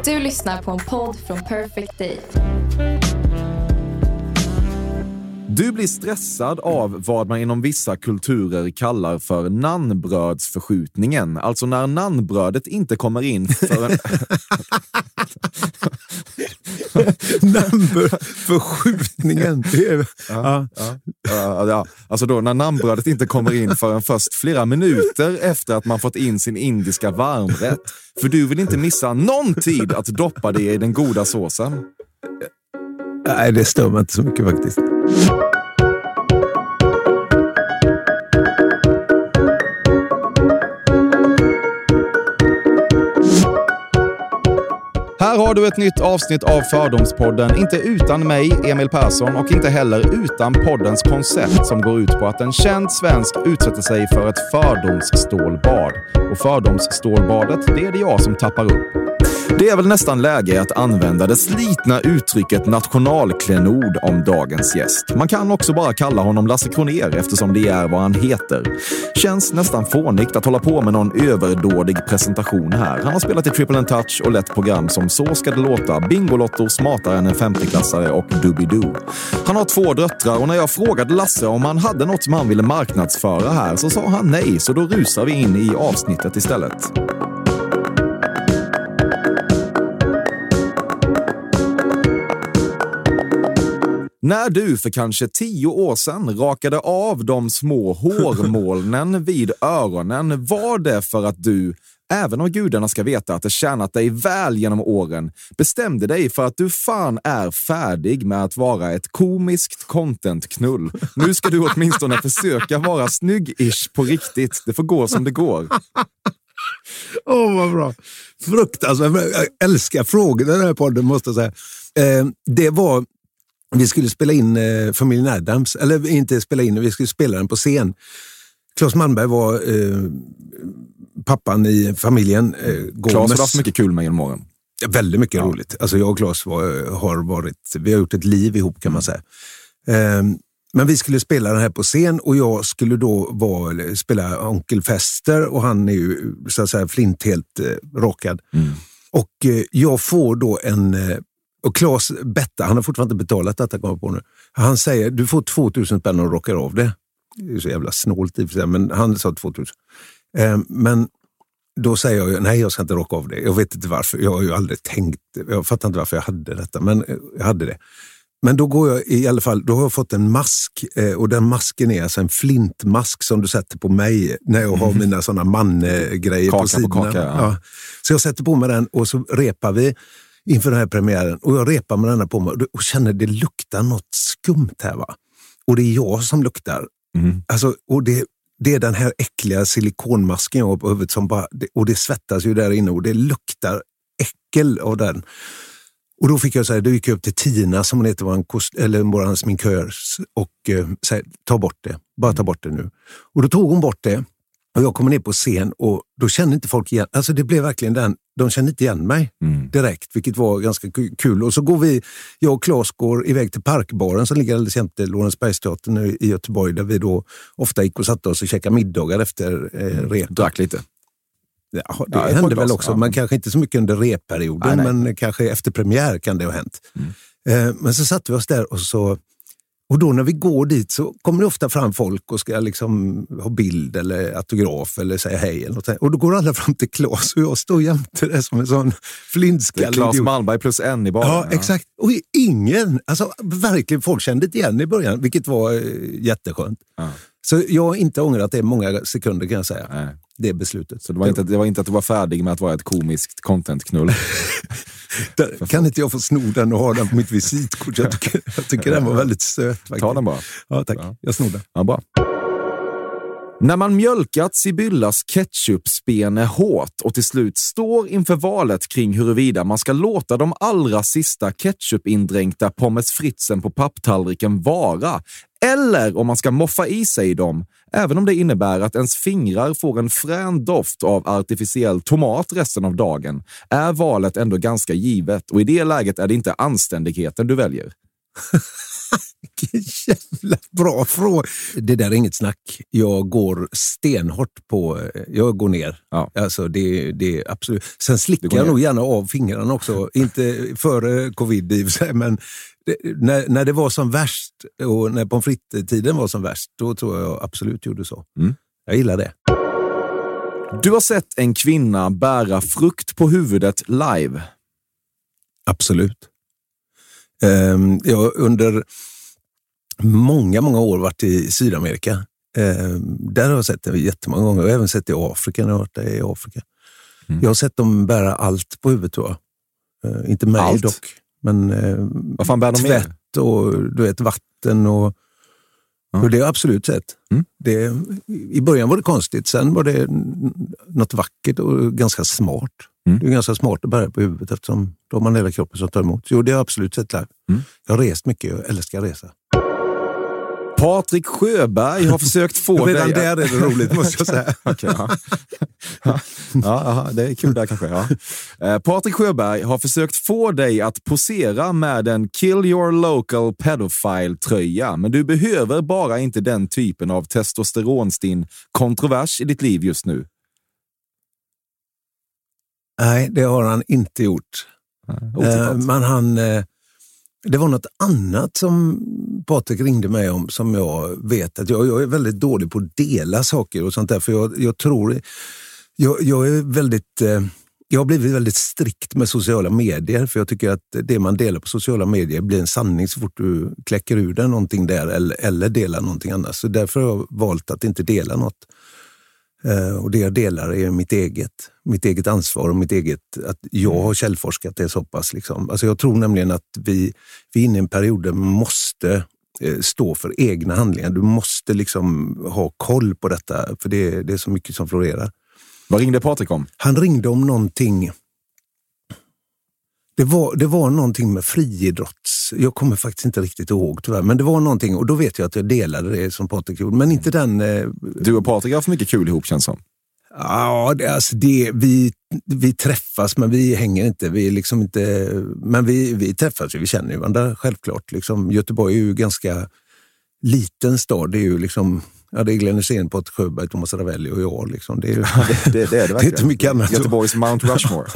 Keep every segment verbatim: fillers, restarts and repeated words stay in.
Du lyssnar på en podd från Perfect Day. Du blir stressad av vad man inom vissa kulturer kallar för nannbrödsförskjutningen. Alltså när nannbrödet inte kommer in för en... Nannbrödsförskjutningen. Är... Ja, ja, ja, ja. Alltså då när nannbrödet inte kommer in förrän först flera minuter efter att man fått in sin indiska varmrätt. För du vill inte missa någon tid att doppa det i den goda såsen. Nej, det stör mig inte så mycket faktiskt. Här har du ett nytt avsnitt av Fördomspodden, inte utan mig, Emil Persson, och inte heller utan poddens koncept som går ut på att en känd svensk utsätter sig för ett fördomsstålbad. Och fördomsstålbadet, det är det jag som tappar upp. Det är väl nästan läge att använda det slitna uttrycket nationalklenod om dagens gäst. Man kan också bara kalla honom Lasse Kronér eftersom det är vad han heter. Känns nästan fånigt att hålla på med någon överdådig presentation här. Han har spelat i Triple and Touch och lett program som Så ska det låta, Bingolotto, Smartare än en femtioklassare och Doobidoo. Han har två döttrar och när jag frågade Lasse om han hade något som han ville marknadsföra här så sa han nej, så då rusar vi in i avsnittet istället. När du för kanske tio år sedan rakade av de små hårmolnen vid öronen, var det för att du, även om gudarna ska veta att det tjänat dig väl genom åren, bestämde dig för att du fan är färdig med att vara ett komiskt content-knull. Nu ska du åtminstone försöka vara snygg-ish på riktigt. Det får gå som det går. Åh, oh, vad bra. Fruktansvärt. Jag älskar frågor i den här podden, måste jag säga. Eh, det var... Vi skulle spela in eh, familjen Addams, eller inte spela in, vi skulle spela den på scen. Claes Malmberg var eh, pappan i familjen. Eh, Claes har haft mycket kul med genom åren. Ja, väldigt mycket ja. roligt. Alltså jag och Claes var, har varit, vi har gjort ett liv ihop kan man säga. Eh, men vi skulle spela den här på scen och jag skulle då vara, spela Onkel Fester och han är ju så att säga flint helt eh, rockad. Mm. Och eh, jag får då en... Eh, Och Claes Betta, han har fortfarande inte betalat detta, kommer på nu. Han säger, du får tvåtusen spänn och rockar av det. Det är så jävla snålt i och för sig, men han sa tvåtusen. Eh, men då säger jag, nej jag ska inte rocka av det. Jag vet inte varför, jag har ju aldrig tänkt, jag fattar inte varför jag hade detta, men jag hade det. Men då går jag i alla fall, då har jag fått en mask eh, och den masken är alltså en flintmask som du sätter på mig när jag har mina sådana man-grejer på sidorna. På kaka, ja. Ja. Så jag sätter på mig den och så repar vi inför den här premiären och jag repar med denna på mig och känner det luktar något skumt här va. Och det är jag som luktar. Mm. Alltså, och det, det är den här äckliga silikonmasken jag har på huvudet som bara, och det svettas ju där inne och det luktar äckel av den. Och då fick jag säga, då gick jag upp till Tina som hon heter, våran kost, eller våran sminkör och eh, säga, ta bort det, bara ta bort det nu. Och då tog hon bort det. Och jag kommer ner på scen och då känner inte folk igen. Alltså det blev verkligen den, de kände inte igen mig mm. direkt, vilket var ganska kul. Och så går vi, jag och Claes går iväg till Parkbaren som ligger alldeles jämte Lorensbergsteatern i Göteborg, där vi då ofta gick och satte oss och käkade middagar efter eh, rep. Drack lite. Ja, det ja, hände väl också, ja. Men kanske inte så mycket under repperioden, nej, nej. Men kanske efter premiär kan det ha hänt. Mm. Eh, men så satte vi oss där och så Och då när vi går dit så kommer det ofta fram folk och ska liksom ha bild eller autograf eller säga hej eller något. Och då går alla fram till Claes och jag står jämte det som en sån flintskallig. Claes Malmberg plus en i baren. Ja, ja, exakt. Och ingen, alltså verkligen folk kände inte igen i början, vilket var eh, jätteskönt. Ja. Så jag har inte ångrat det många sekunder kan jag säga. Nej. Det beslutet. Så det var, inte, det var inte att du var färdig med att vara ett komiskt content-knull? Kan inte jag få sno den och ha den på mitt visitkort? Jag tycker, jag tycker den var väldigt söt. Faktiskt. Ta den bara. Ja, tack. Ja. Jag snor den. Ja, bra. När man mjölkat Sibyllas ketchupspene hårt och till slut står inför valet kring huruvida man ska låta de allra sista ketchupindränkta pommes fritsen på papptallriken vara, eller om man ska moffa i sig dem, även om det innebär att ens fingrar får en frän doft av artificiell tomat resten av dagen, är valet ändå ganska givet, och i det läget är det inte anständigheten du väljer. Vilken jävla bra fråga. Det där är inget snack. Jag går stenhårt på, jag går ner. Ja. Alltså det, det är absolut. Sen slickar jag nog gärna av fingrarna också. Inte före covid i sig, men det, när, när det var som värst och när pommes frites-tiden var som värst, då tror jag absolut gjorde så. Mm. Jag gillar det. Du har sett en kvinna bära frukt på huvudet live. Absolut. Um, jag under många, många år varit i Sydamerika. Um, där har jag sett det jättemånga gånger. Jag har även sett det i Afrika när jag har varit där i Afrika. Mm. Jag har sett dem bära allt på huvudet, tror jag. Uh, inte mig allt. Dock. Men uh, vad fan bär de tvätt med? Och du vet, vatten och, mm. och det har jag absolut sett. Mm. Det, i början var det konstigt, sen var det något vackert och ganska smart. Mm. Det är ganska smart att bära på huvudet eftersom då har man hela kroppen som tar emot. Jo, det har jag absolut sett live. Mm. Jag har rest mycket, jag älskar resa. Patrik Sjöberg har försökt få redan dig... Redan där är det roligt, måste jag säga. Okay, ja. Ja, ja, det är kul där kanske. Ja. Eh, Patrik Sjöberg har försökt få dig att posera med en Kill Your Local Pedophile-tröja. Men du behöver bara inte den typen av testosteronstinn kontrovers i ditt liv just nu. Nej, det har han inte gjort. Ja, eh, men han... Eh, det var något annat som Patrik ringde mig om som jag vet att jag, jag är väldigt dålig på att dela saker och sånt där. För jag, jag tror... Jag, jag är väldigt... Eh, jag har blivit väldigt strikt med sociala medier, för jag tycker att det man delar på sociala medier blir en sanning så fort du kläcker ur den någonting där eller, eller delar någonting annat. Så därför har jag valt att inte dela något. Uh, och det jag delar är mitt eget, mitt eget ansvar och mitt eget, att jag har källforskat det så pass. Liksom. Alltså jag tror nämligen att vi, vi är inne i en period där man måste uh, stå för egna handlingar. Du måste liksom ha koll på detta, för det, det är så mycket som florerar. Vad ringde Patrik om? Han ringde om någonting. Det var, det var någonting med friidrotts... Jag kommer faktiskt inte riktigt ihåg tyvärr. Men det var någonting, och då vet jag att jag delade det som Patrik gjorde. Men inte den... Eh... Du och Patrik har för mycket kul ihop, känns som. Ja, det, alltså det, vi, vi träffas, men vi hänger inte. Vi är liksom inte... Men vi, vi träffas, vi känner ju varandra självklart. Liksom, Göteborg är ju ganska liten stad. Det är ju liksom... Ja, det är Glenn Hysén, Patrik Sjöberg, Thomas Ravelli och jag. Liksom. Det, är ju, det, det, det är det verkligen. Det är inte mycket annat. Göteborgs Mount Rushmore.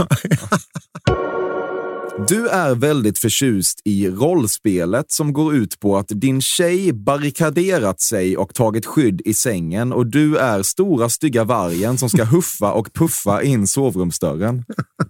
Du är väldigt förtjust i rollspelet som går ut på att din tjej barrikaderat sig och tagit skydd i sängen och du är stora stygga vargen som ska huffa och puffa in sovrumsdörren.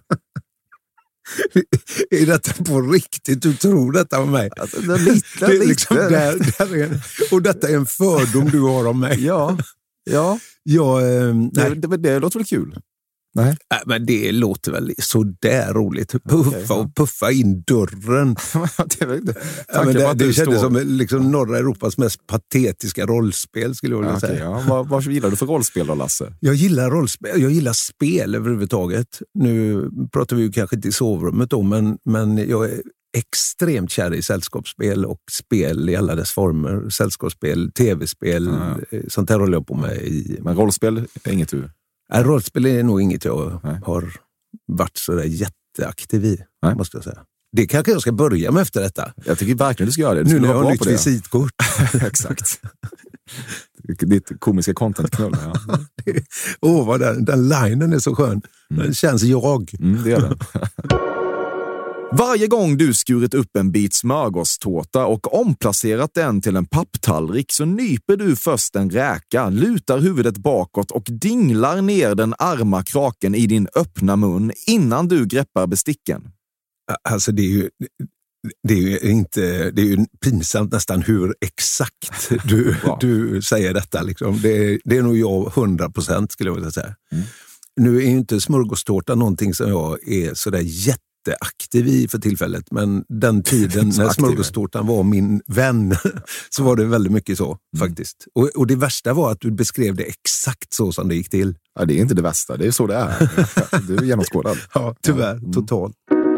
Är detta på riktigt? Du tror detta om mig? Alltså, det är lite, det är liksom där, där är en, och detta är en fördom du har om mig. Ja, ja. ja eh, det, det, det låter väl kul? Nej. Nej, men det låter väl så där roligt. Puffa okay, ja. och puffa in dörren. det är det. Ja, men det, det kändes står... som liksom norra Europas mest patetiska rollspel, skulle jag vilja okay, säga. Ja. Vad, vad gillar du för rollspel då, Lasse? Jag gillar rollspel. Jag gillar spel överhuvudtaget. Nu pratar vi ju kanske inte i sovrummet då, men, men jag är extremt kär i sällskapsspel och spel i alla dess former. Sällskapsspel, tv-spel, ja. sånt här håller jag på med i... Men rollspel är inget du... Nej, rollspel är nog inget jag Nej. har varit så där jätteaktiv i, Nej. måste jag säga. Det kanske jag ska börja med efter detta. Jag tycker verkligen du ska göra det. Du nu när jag har nytt visitkort. Exakt. Ditt komiska content-knull. Ja. Åh, oh, vad den, den linen är så skön. Mm. Den känns jag. Mm, det gör den. Varje gång du skurit upp en bit smörgåstårta och omplacerat den till en papptallrik så nyper du först en räka, lutar huvudet bakåt och dinglar ner den arma kraken i din öppna mun innan du greppar besticken. Alltså det är ju, det är ju inte, det är ju pinsamt nästan hur exakt du, du säger detta. Liksom. Det, är, det är nog jag hundra procent skulle jag vilja säga. Mm. Nu är ju inte smörgåstårta någonting som jag är sådär jätte aktiv i för tillfället, men den tiden när smörgåstårtan var min vän så var det väldigt mycket så mm. faktiskt. Och, och det värsta var att du beskrev det exakt så som det gick till. Ja, det är inte det värsta, det är så det är. Du är genomskådad. Ja, tyvärr, mm. totalt.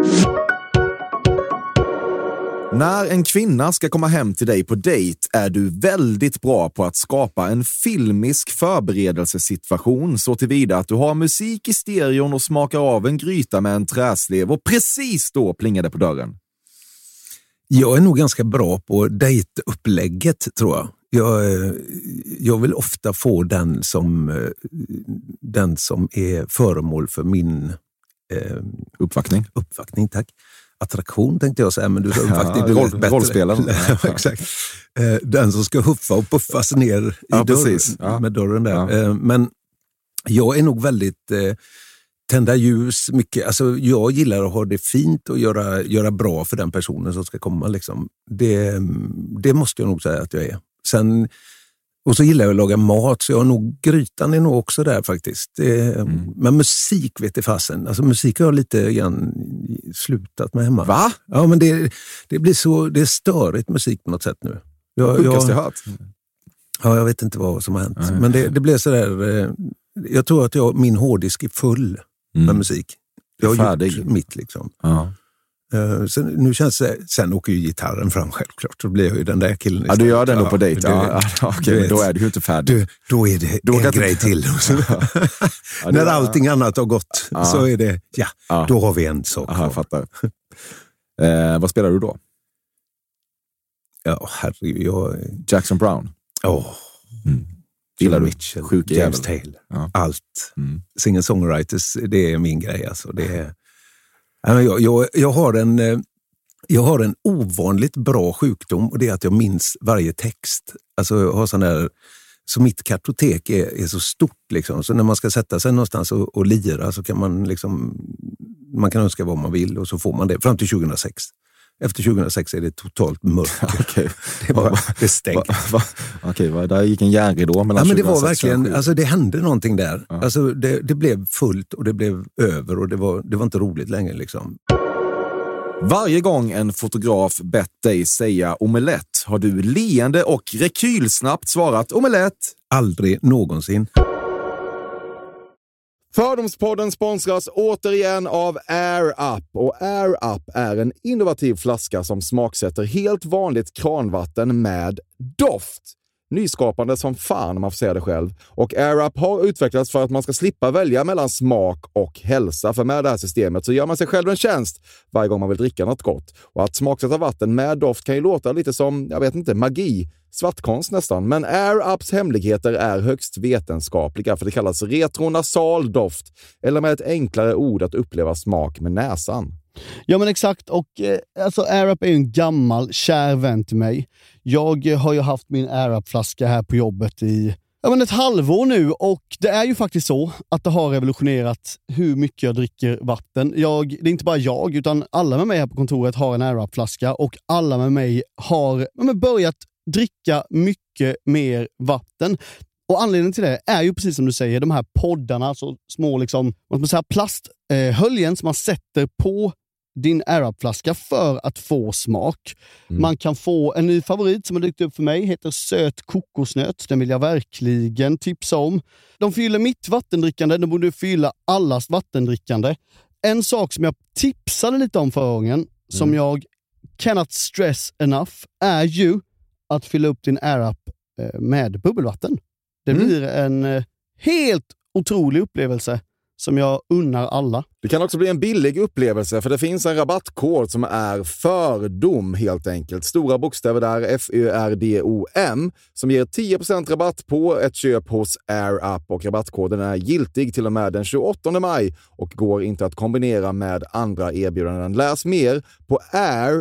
När en kvinna ska komma hem till dig på dejt är du väldigt bra på att skapa en filmisk förberedelsesituation så tillvida att du har musik i stereon och smakar av en gryta med en träslev och precis då plingar det på dörren. Jag är nog ganska bra på dejtupplägget, tror jag. Jag, jag vill ofta få den som, den som är föremål för min eh, uppvaktning. Uppvaktning, tack. Attraktion tänkte jag säga, men du sa uppvaktning. Ja, roll, rollspelaren. Ja, exakt. Den som ska huffa och puffas ner i ja, dörr, precis. Ja. med dörren där. Ja. Men jag är nog väldigt... Eh, tända ljus, mycket. Alltså, jag gillar att ha det fint och göra, göra bra för den personen som ska komma. Liksom. Det, det måste jag nog säga att jag är. Sen, och så gillar jag att laga mat, så jag har nog, grytan är nog också där faktiskt. Det, mm. Men musik vet jag fasen. Alltså, musik har jag lite grann slutat med hemma. Va? Ja, men det, det blir så, det är störigt musik på något sätt nu. Jag, Sjukaste jag, jag hört. Ja, jag vet inte vad som har hänt. Mm. Men det, det blev sådär, jag tror att jag, min hårddisk är full mm. med musik. Jag har gjort mitt liksom. Ja. Uh, sen, nu känns det, sen åker ju gitarren fram självklart. Då blir jag ju den där killen. Ja, du gör den då på dejt. Ja, ja, ja, okej, men då är du ju inte färdig. Du, då är det då en grej till. ja. Ja, när allting annat har gått ja. så är det, ja, ja, då har vi en sak. Aha, jag fattar. eh, vad spelar du då? Ja, herregud. Jag... Jackson Brown. Åh. Oh. Mm. Gillar Mitchell, Sjuk James Taylor. Ja. Allt. Mm. Singer-songwriters, det är min grej. Alltså. Det är... jag, jag, jag, har en, jag har en ovanligt bra sjukdom, och det är att jag minns varje text. Alltså jag har sån där, så mitt kartotek är, är så stort liksom. Så när man ska sätta sig någonstans och, och lira så kan man liksom, man kan önska vad man vill och så får man det fram till tjugohundrasex. Efter tjugohundrasex är det totalt mörkt. Okay. Det var det stängt. Va, va, Okej, okay, där gick en järnridå mellan ja, men det var verkligen, alltså det hände någonting där. Ja. Alltså det, det blev fullt och det blev över och det var, det var inte roligt längre liksom. Varje gång en fotograf bett dig säga omelett har du leende och rekylsnabbt svarat omelett. Aldrig någonsin. Fördomspodden sponsras återigen av Air Up, och Air Up är en innovativ flaska som smaksätter helt vanligt kranvatten med doft. Nyskapande som fan om man får säga det själv. Och Air Up har utvecklats för att man ska slippa välja mellan smak och hälsa. För med det här systemet så gör man sig själv en tjänst varje gång man vill dricka något gott. Och att smaksätta vatten med doft kan ju låta lite som, jag vet inte, magi. Svartkonst nästan. Men Air Ups hemligheter är högst vetenskapliga, för det kallas retronasal doft. Eller med ett enklare ord att uppleva smak med näsan. Ja men exakt, och eh, alltså Air Up är ju en gammal kär vän till mig. Jag eh, har ju haft min Air Up-flaska här på jobbet i ja, men ett halvår nu, och det är ju faktiskt så att det har revolutionerat hur mycket jag dricker vatten. Jag, det är inte bara jag, utan alla med mig här på kontoret har en Air Up-flaska, och alla med mig har ja, men börjat dricka mycket mer vatten. Och anledningen till det är ju precis som du säger, de här poddarna, alltså små liksom, vad man säga, plasthöljen eh, som man sätter på din Air Up-flaska för att få smak. Mm. Man kan få en ny favorit som har dykt upp för mig, heter söt kokosnöt. Den vill jag verkligen tipsa om. De fyller mitt vattendrickande, de borde fylla allas vattendrickande. En sak som jag tipsade lite om förra gången, mm. som jag cannot stress enough, är ju att fylla upp din Air Up med bubbelvatten. Det mm. blir en helt otrolig upplevelse som jag unnar alla. Det kan också bli en billig upplevelse, för det finns en rabattkod som är fördom helt enkelt. Stora bokstäver där, F Ö R D O M, som ger tio procent rabatt på ett köp hos Air Up, och rabattkoden är giltig till och med den tjugoåttonde maj och går inte att kombinera med andra erbjudanden. Läs mer på air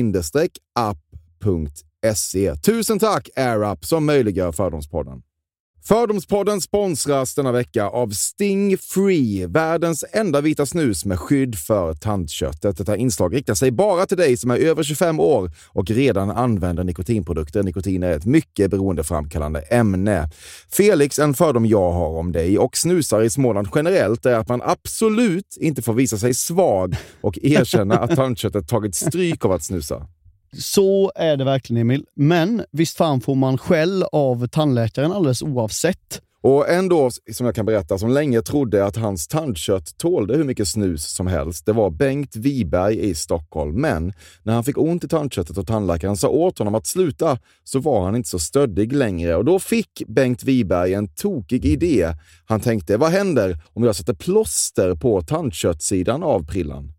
up punkt se. Tusen tack Air Up som möjliggör Fördomspodden. Fördomspodden sponsras denna vecka av Sting Free, världens enda vita snus med skydd för tandköttet. Detta inslag riktar sig bara till dig som är över tjugofem år och redan använder nikotinprodukter. Nikotin är ett mycket beroendeframkallande ämne. Felix, en fördom jag har om dig och snusar i Småland generellt är att man absolut inte får visa sig svag och erkänna att tandköttet tagit stryk av att snusa. Så är det verkligen, Emil. Men visst fan får man skäll av tandläkaren alldeles oavsett. Och ändå, som jag kan berätta, som länge trodde att hans tandkött tålde hur mycket snus som helst. Det var Bengt Wiberg i Stockholm. Men när han fick ont i tandköttet och tandläkaren sa åt honom att sluta, så var han inte så stöddig längre. Och då fick Bengt Wiberg en tokig idé. Han tänkte, vad händer om jag sätter plåster på tandköttsidan av prillan?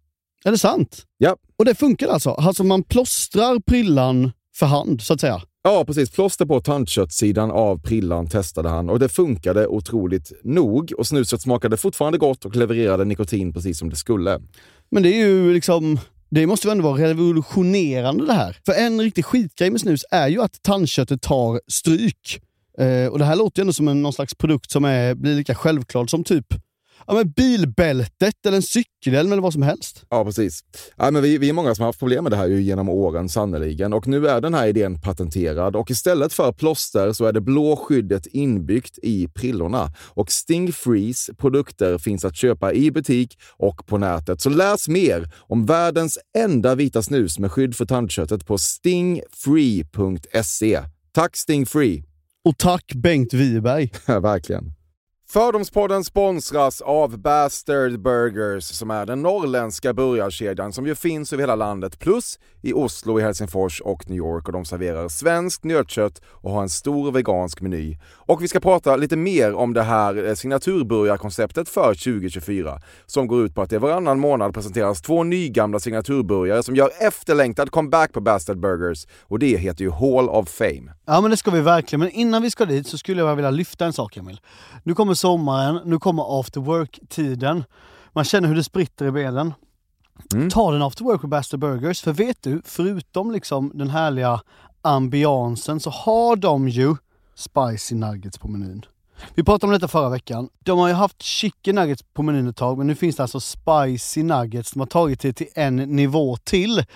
Är det sant? Ja. Och det funkar alltså? Alltså man plåstrar prillan för hand, så att säga? Ja, precis. Plåster på tandköttsidan av prillan testade han och det funkade otroligt nog och snuset smakade fortfarande gott och levererade nikotin precis som det skulle. Men det är ju liksom... Det måste ju ändå vara revolutionerande det här. För en riktig skitgrej med snus är ju att tandköttet tar stryk. Eh, och det här låter ju ändå som en någon slags produkt som är, blir lika självklart som typ ja, men bilbältet eller en cykelhjälm eller vad som helst. Ja, precis. Ja, men vi, vi är många som har haft problem med det här ju genom åren sannoliken. Och nu är den här idén patenterad. Och istället för plåster så är det blå skyddet inbyggt i prillorna. Och Sting Frees produkter finns att köpa i butik och på nätet. Så läs mer om världens enda vita snus med skydd för tandköttet på sting free punkt se. Tack Sting Free! Och tack Bengt Wiberg. Ja, verkligen. Fördomspodden sponsras av Bastard Burgers som är den norrländska burgarkedjan som ju finns över hela landet plus i Oslo, i Helsingfors och New York och de serverar svenskt nötkött och har en stor vegansk meny. Och vi ska prata lite mer om det här signaturburgarkonceptet för tjugo tjugofyra som går ut på att det varannan månad presenteras två nygamla signaturburgare som gör efterlängtad comeback på Bastard Burgers och det heter ju Hall of Fame. Ja men det ska vi verkligen, men innan vi ska dit så skulle jag vilja lyfta en sak Emil. Nu kommer sommaren, nu kommer after work-tiden. Man känner hur det spritter i benen. Mm. Ta den after work på Bastard Burgers. För vet du, förutom liksom den härliga ambiansen så har de ju spicy nuggets på menyn. Vi pratade om detta förra veckan. De har ju haft chicken nuggets på menyn ett tag, men nu finns det alltså spicy nuggets. De har tagit det till en nivå till.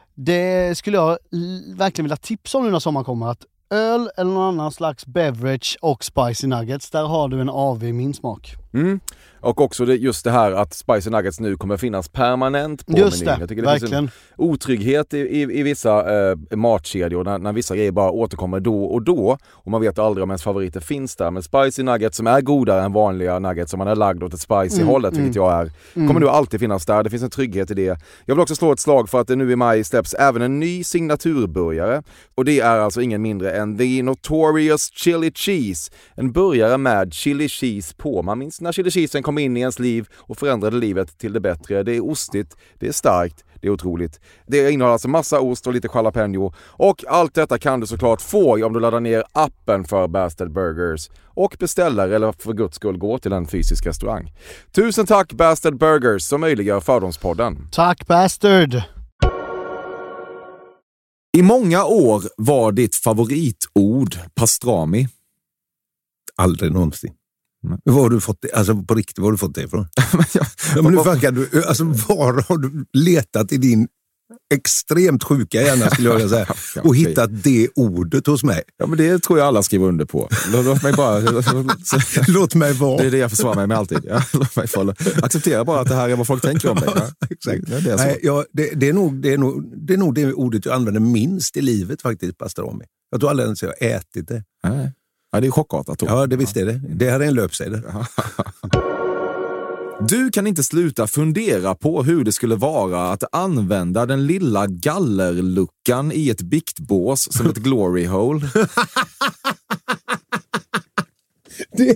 Det skulle jag verkligen vilja tipsa om nu när sommaren kommer, att öl eller någon annan slags beverage och spicy nuggets, där har du en A V i min smak. Mm. Och också det, just det här att spicy nuggets nu kommer finnas permanent på just menyn. Det, jag tycker det verkligen. finns en otrygghet i, i, i vissa eh, matkedjor när, när vissa grejer bara återkommer då och då och man vet aldrig om ens favoriter finns där. Men spicy nuggets som är godare än vanliga nuggets som man är lagd åt ett spicy mm, hållet, vilket mm. jag är, kommer mm. nu alltid finnas där. Det finns en trygghet i det. Jag vill också slå ett slag för att det nu i maj släpps även en ny signaturburgare och det är alltså ingen mindre än The Notorious Chili Cheese. En burgare med chili cheese på. Man minns när chili cheesen kom in i ens liv och förändrade livet till det bättre. Det är ostigt, det är starkt, det är otroligt. Det innehåller alltså massa ost och lite jalapeno. Och allt detta kan du såklart få om du laddar ner appen för Bastard Burgers och beställer eller för guds skull gå till en fysisk restaurang. Tusen tack Bastard Burgers som möjliggör Fördomspodden. Tack Bastard! I många år var ditt favoritord pastrami. Aldrig någonsin. Mm. Var har du fått det? Alltså på riktigt, var har du fått det ifrån? ja, men nu funkar du, alltså var har du letat i din extremt sjuka hjärna skulle jag vilja säga och okay. hittat det ordet hos mig? Ja men det tror jag alla skriver under på. Låt mig bara låt mig vara. Det är det jag försvarar mig med alltid. Ja, låt mig få acceptera bara att det här är vad folk tänker om dig. Ja. Exakt. Det, det, är Nej, ja, det, det, är nog, det, är nog, det är nog det ordet jag använder minst i livet faktiskt, pastrami. Jag tror aldrig ens jag har ätit det. Nej. Ja, det är chockartat. Då. Ja, det visst är det. Det här är en löpsedel. Du kan inte sluta fundera på hur det skulle vara att använda den lilla gallerluckan i ett biktbås som ett glory hole. Det,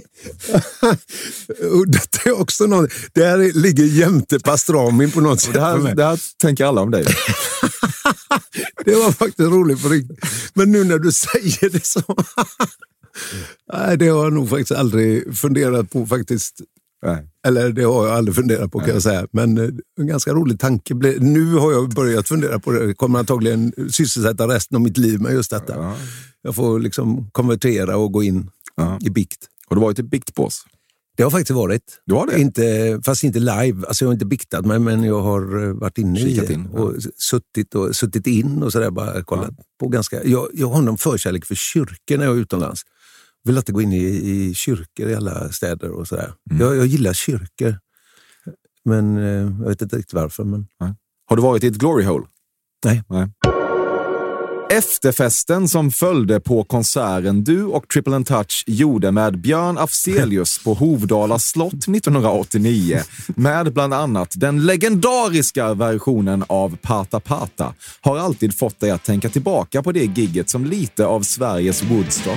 det är också något. Det här ligger jämte pastramin på något sätt. Det här, det här tänker alla om dig. Det var faktiskt roligt på riktigt. Men nu när du säger det så... Nej, det har jag nog faktiskt aldrig funderat på faktiskt. Nej. Eller det har jag aldrig funderat på kan Nej. jag säga. Men en ganska rolig tanke. Nu har jag börjat fundera på det. Jag kommer antagligen sysselsätta resten av mitt liv med just detta. Ja. Jag får liksom konvertera och gå in ja. i bikt. Har du varit i biktbås? Det har faktiskt varit. Du har det? Inte, fast inte live. Alltså jag har inte biktat mig, men jag har varit inne Kikat i in, och ja. suttit, och suttit in och sådär bara kollat ja. på ganska... Jag, jag har någon förkärlek för kyrkor när jag är utomlands. Jag vill alltid gå in i, i kyrkor i alla städer och sådär. Mm. Jag, jag gillar kyrkor. Men eh, jag vet inte riktigt varför. Men... Nej. Har du varit i ett glory hole? Nej. Nej. Efterfesten som följde på konserten du och Triple and Touch gjorde med Björn Afzelius på Hovdala slott nittonhundraåttionio med bland annat den legendariska versionen av Pata Pata har alltid fått dig att tänka tillbaka på det gigget som lite av Sveriges Woodstock.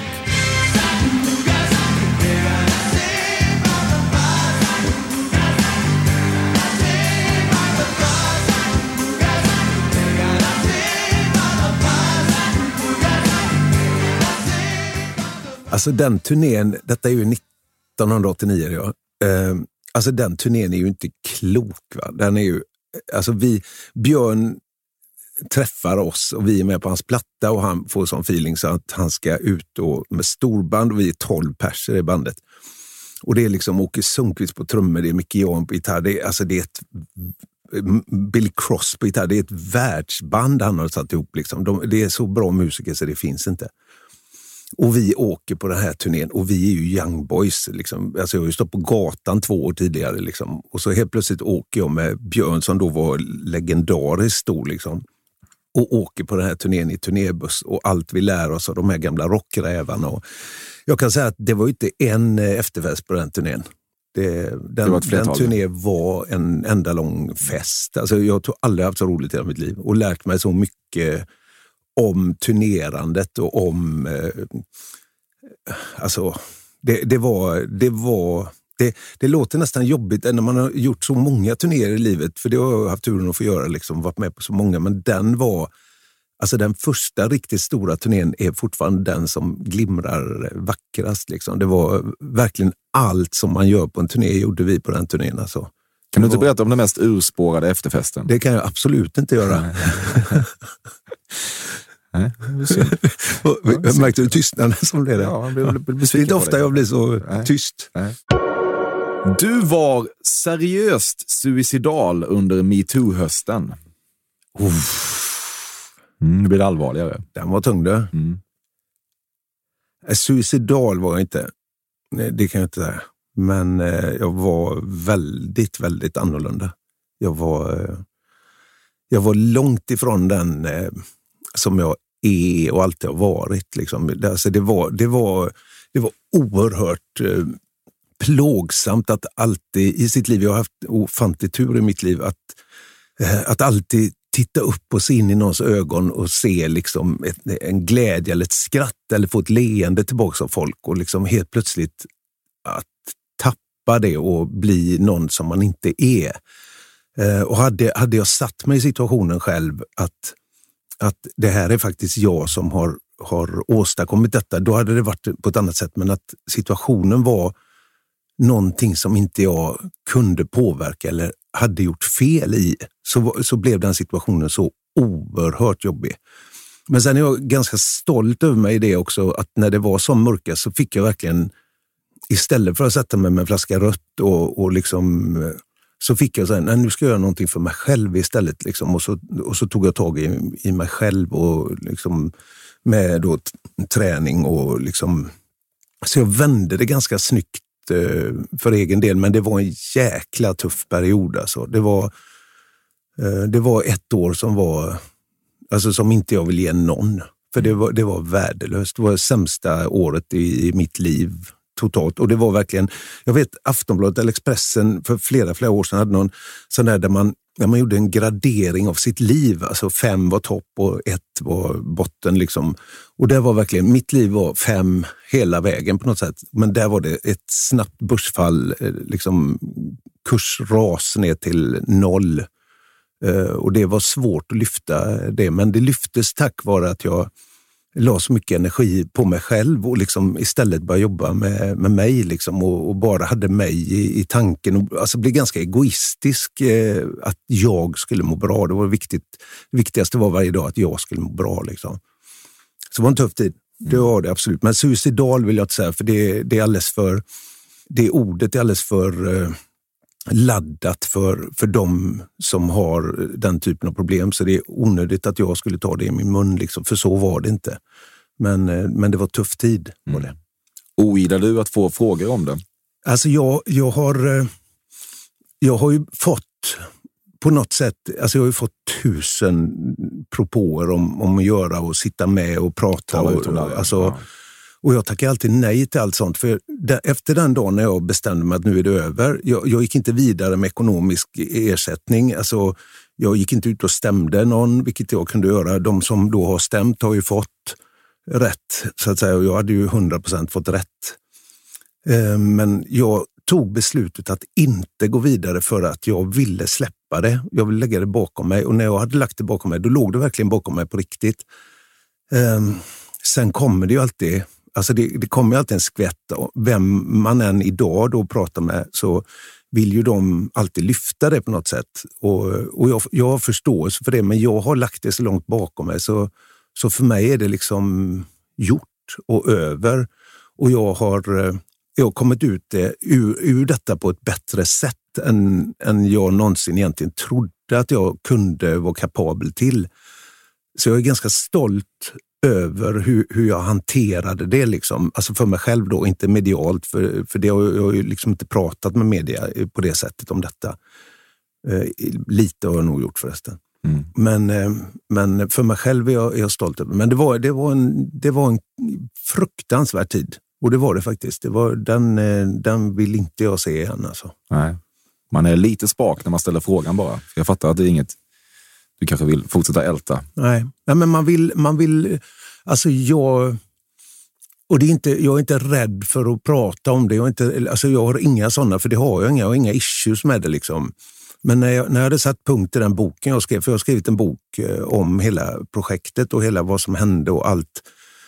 Alltså den turnén, detta är ju nittonhundraåttionio, ja. Eh, alltså den turnén är ju inte klok, va? Den är ju, alltså vi, Björn träffar oss och vi är med på hans platta och han får sån feeling så att han ska ut och med storband och vi är tolv perser i bandet. Och det är liksom Åke Sundqvist på trummor, det är Micke Jan på gitarr, det är, alltså det är ett Billy Cross på gitarr, det är ett världsband han har satt ihop liksom. De, det är så bra musiker så det finns inte. Och vi åker på den här turnén och vi är ju young boys liksom. Alltså jag har ju stått på gatan två år tidigare liksom. Och så helt plötsligt åker jag med Björn som då var legendariskt stor liksom. Och åker på den här turnén i turnébuss och allt vi lär oss av de här gamla rockrävarna. Och jag kan säga att det var inte en efterfest på den turnén. Det, den, det var den turnén var en enda lång fest. Alltså jag tror aldrig haft så roligt i hela mitt liv och lärt mig så mycket om turnerandet och om eh, alltså det, det var det var det, det låter nästan jobbigt när man har gjort så många turnéer i livet, för det har jag haft turen att få göra liksom, varit med på så många, men den var alltså den första riktigt stora turnén är fortfarande den som glimrar vackrast liksom. Det var verkligen allt som man gör på en turné gjorde vi på den turnén alltså. Kan du inte berätta om den mest urspårade efterfesten? Det kan jag absolut inte göra. Nej, jag märkte du tystnaden som det där. Ja, det är inte ofta jag blir så Nej. tyst. Nej. Du var seriöst suicidal under MeToo-hösten. Mm, det blir allvarligare. Den var tung då. Mm. Suicidal var jag inte. Nej, det kan jag inte säga. Men eh, jag var väldigt, väldigt annorlunda. Jag var, eh, jag var långt ifrån den eh, som jag är och alltid har varit. Liksom. Det, alltså, det, var, det, var, det var oerhört eh, plågsamt att alltid i sitt liv, jag har haft ofantlig tur i mitt liv, att, eh, att alltid titta upp och se in i någons ögon och se liksom ett, en glädje eller ett skratt eller få ett leende tillbaka av folk och liksom helt plötsligt att tappa det och bli någon som man inte är. Eh, och hade, hade jag satt mig i situationen själv att, att det här är faktiskt jag som har, har åstadkommit detta, då hade det varit på ett annat sätt, men att situationen var någonting som inte jag kunde påverka eller hade gjort fel i, så, så blev den situationen så oerhört jobbig. Men sen är jag ganska stolt över mig i det också, att när det var så mörka så fick jag verkligen, istället för att sätta mig med en flaska rött och, och liksom, så fick jag säga, nej, nu ska jag göra någonting för mig själv istället liksom, och, så, och så tog jag tag i, i mig själv och liksom med då t- träning och liksom, så jag vände det ganska snyggt för egen del, men det var en jäkla tuff period alltså. Det var det var ett år som var alltså som inte jag vill ge någon, för det var det var värdelöst. Det var det sämsta året i, i mitt liv totalt, och det var verkligen, jag vet Aftonbladet eller Expressen för flera flera år sedan hade någon sån där där man när man gjorde en gradering av sitt liv, alltså fem var topp och ett var botten liksom. Och det var verkligen, mitt liv var fem hela vägen på något sätt. Men där var det ett snabbt börsfall, liksom kursras ner till noll. Och det var svårt att lyfta det, men det lyftes tack vare att jag la så mycket energi på mig själv och liksom istället började jobba med, med mig liksom, och, och bara hade mig i, i tanken och alltså blev ganska egoistisk eh, att jag skulle må bra. Det var viktigt. Det viktigaste var varje dag att jag skulle må bra liksom. Så det var en tuff tid. Det var det absolut. Men suicidal vill jag inte säga, för det, det är alldeles för det ordet är alldeles för eh, laddat för, för de som har den typen av problem, så det är onödigt att jag skulle ta det i min mun liksom, för så var det inte. Men, men det var tuff tid på det. Mm. Ogillar du att få frågor om det? Alltså jag, jag har jag har ju fått på något sätt, alltså jag har ju fått tusen propåer om, om att göra och sitta med och prata och, och, alltså, ja. Och jag tackar alltid nej till allt sånt, för där, efter den dagen när jag bestämde mig att nu är det över, jag, jag gick inte vidare med ekonomisk ersättning, alltså jag gick inte ut och stämde någon, vilket jag kunde göra. De som då har stämt har ju fått rätt, så att säga, och jag hade ju hundra procent fått rätt. Eh, men jag tog beslutet att inte gå vidare för att jag ville släppa det. Jag ville lägga det bakom mig, och när jag hade lagt det bakom mig, då låg det verkligen bakom mig på riktigt. Eh, sen kommer det ju alltid, Alltså det, det kommer ju alltid en skvätt. Vem man än idag då pratar med så vill ju de alltid lyfta det på något sätt. Och, och jag, jag har förståelse för det, men jag har lagt det så långt bakom mig. Så, så för mig är det liksom gjort och över. Och jag har, jag har kommit ut det, ur, ur detta på ett bättre sätt än, än jag någonsin egentligen trodde att jag kunde vara kapabel till. Så jag är ganska stolt över hur, hur jag hanterade det liksom. Alltså för mig själv då, inte medialt, för, för det har jag, jag har ju liksom inte pratat med media på det sättet om detta. Eh, lite har jag nog gjort förresten. Mm. Men, eh, men för mig själv är jag, är jag stolt över. Men det var, det, var en, det var en fruktansvärd tid. Och det var det faktiskt. Det var, den, eh, den vill inte jag se igen alltså. Nej. Man är lite spak när man ställer frågan bara. Jag fattar att det är inget du kanske vill fortsätta älta. Nej, Nej men man vill, man vill, alltså jag, och det är inte, jag är inte rädd för att prata om det. Jag, är inte, alltså jag har inga sådana, för det har jag inga, jag har inga issues med det liksom. Men när jag, när jag hade satt punkt i den boken jag skrev, för jag har skrivit en bok om hela projektet och hela vad som hände och allt.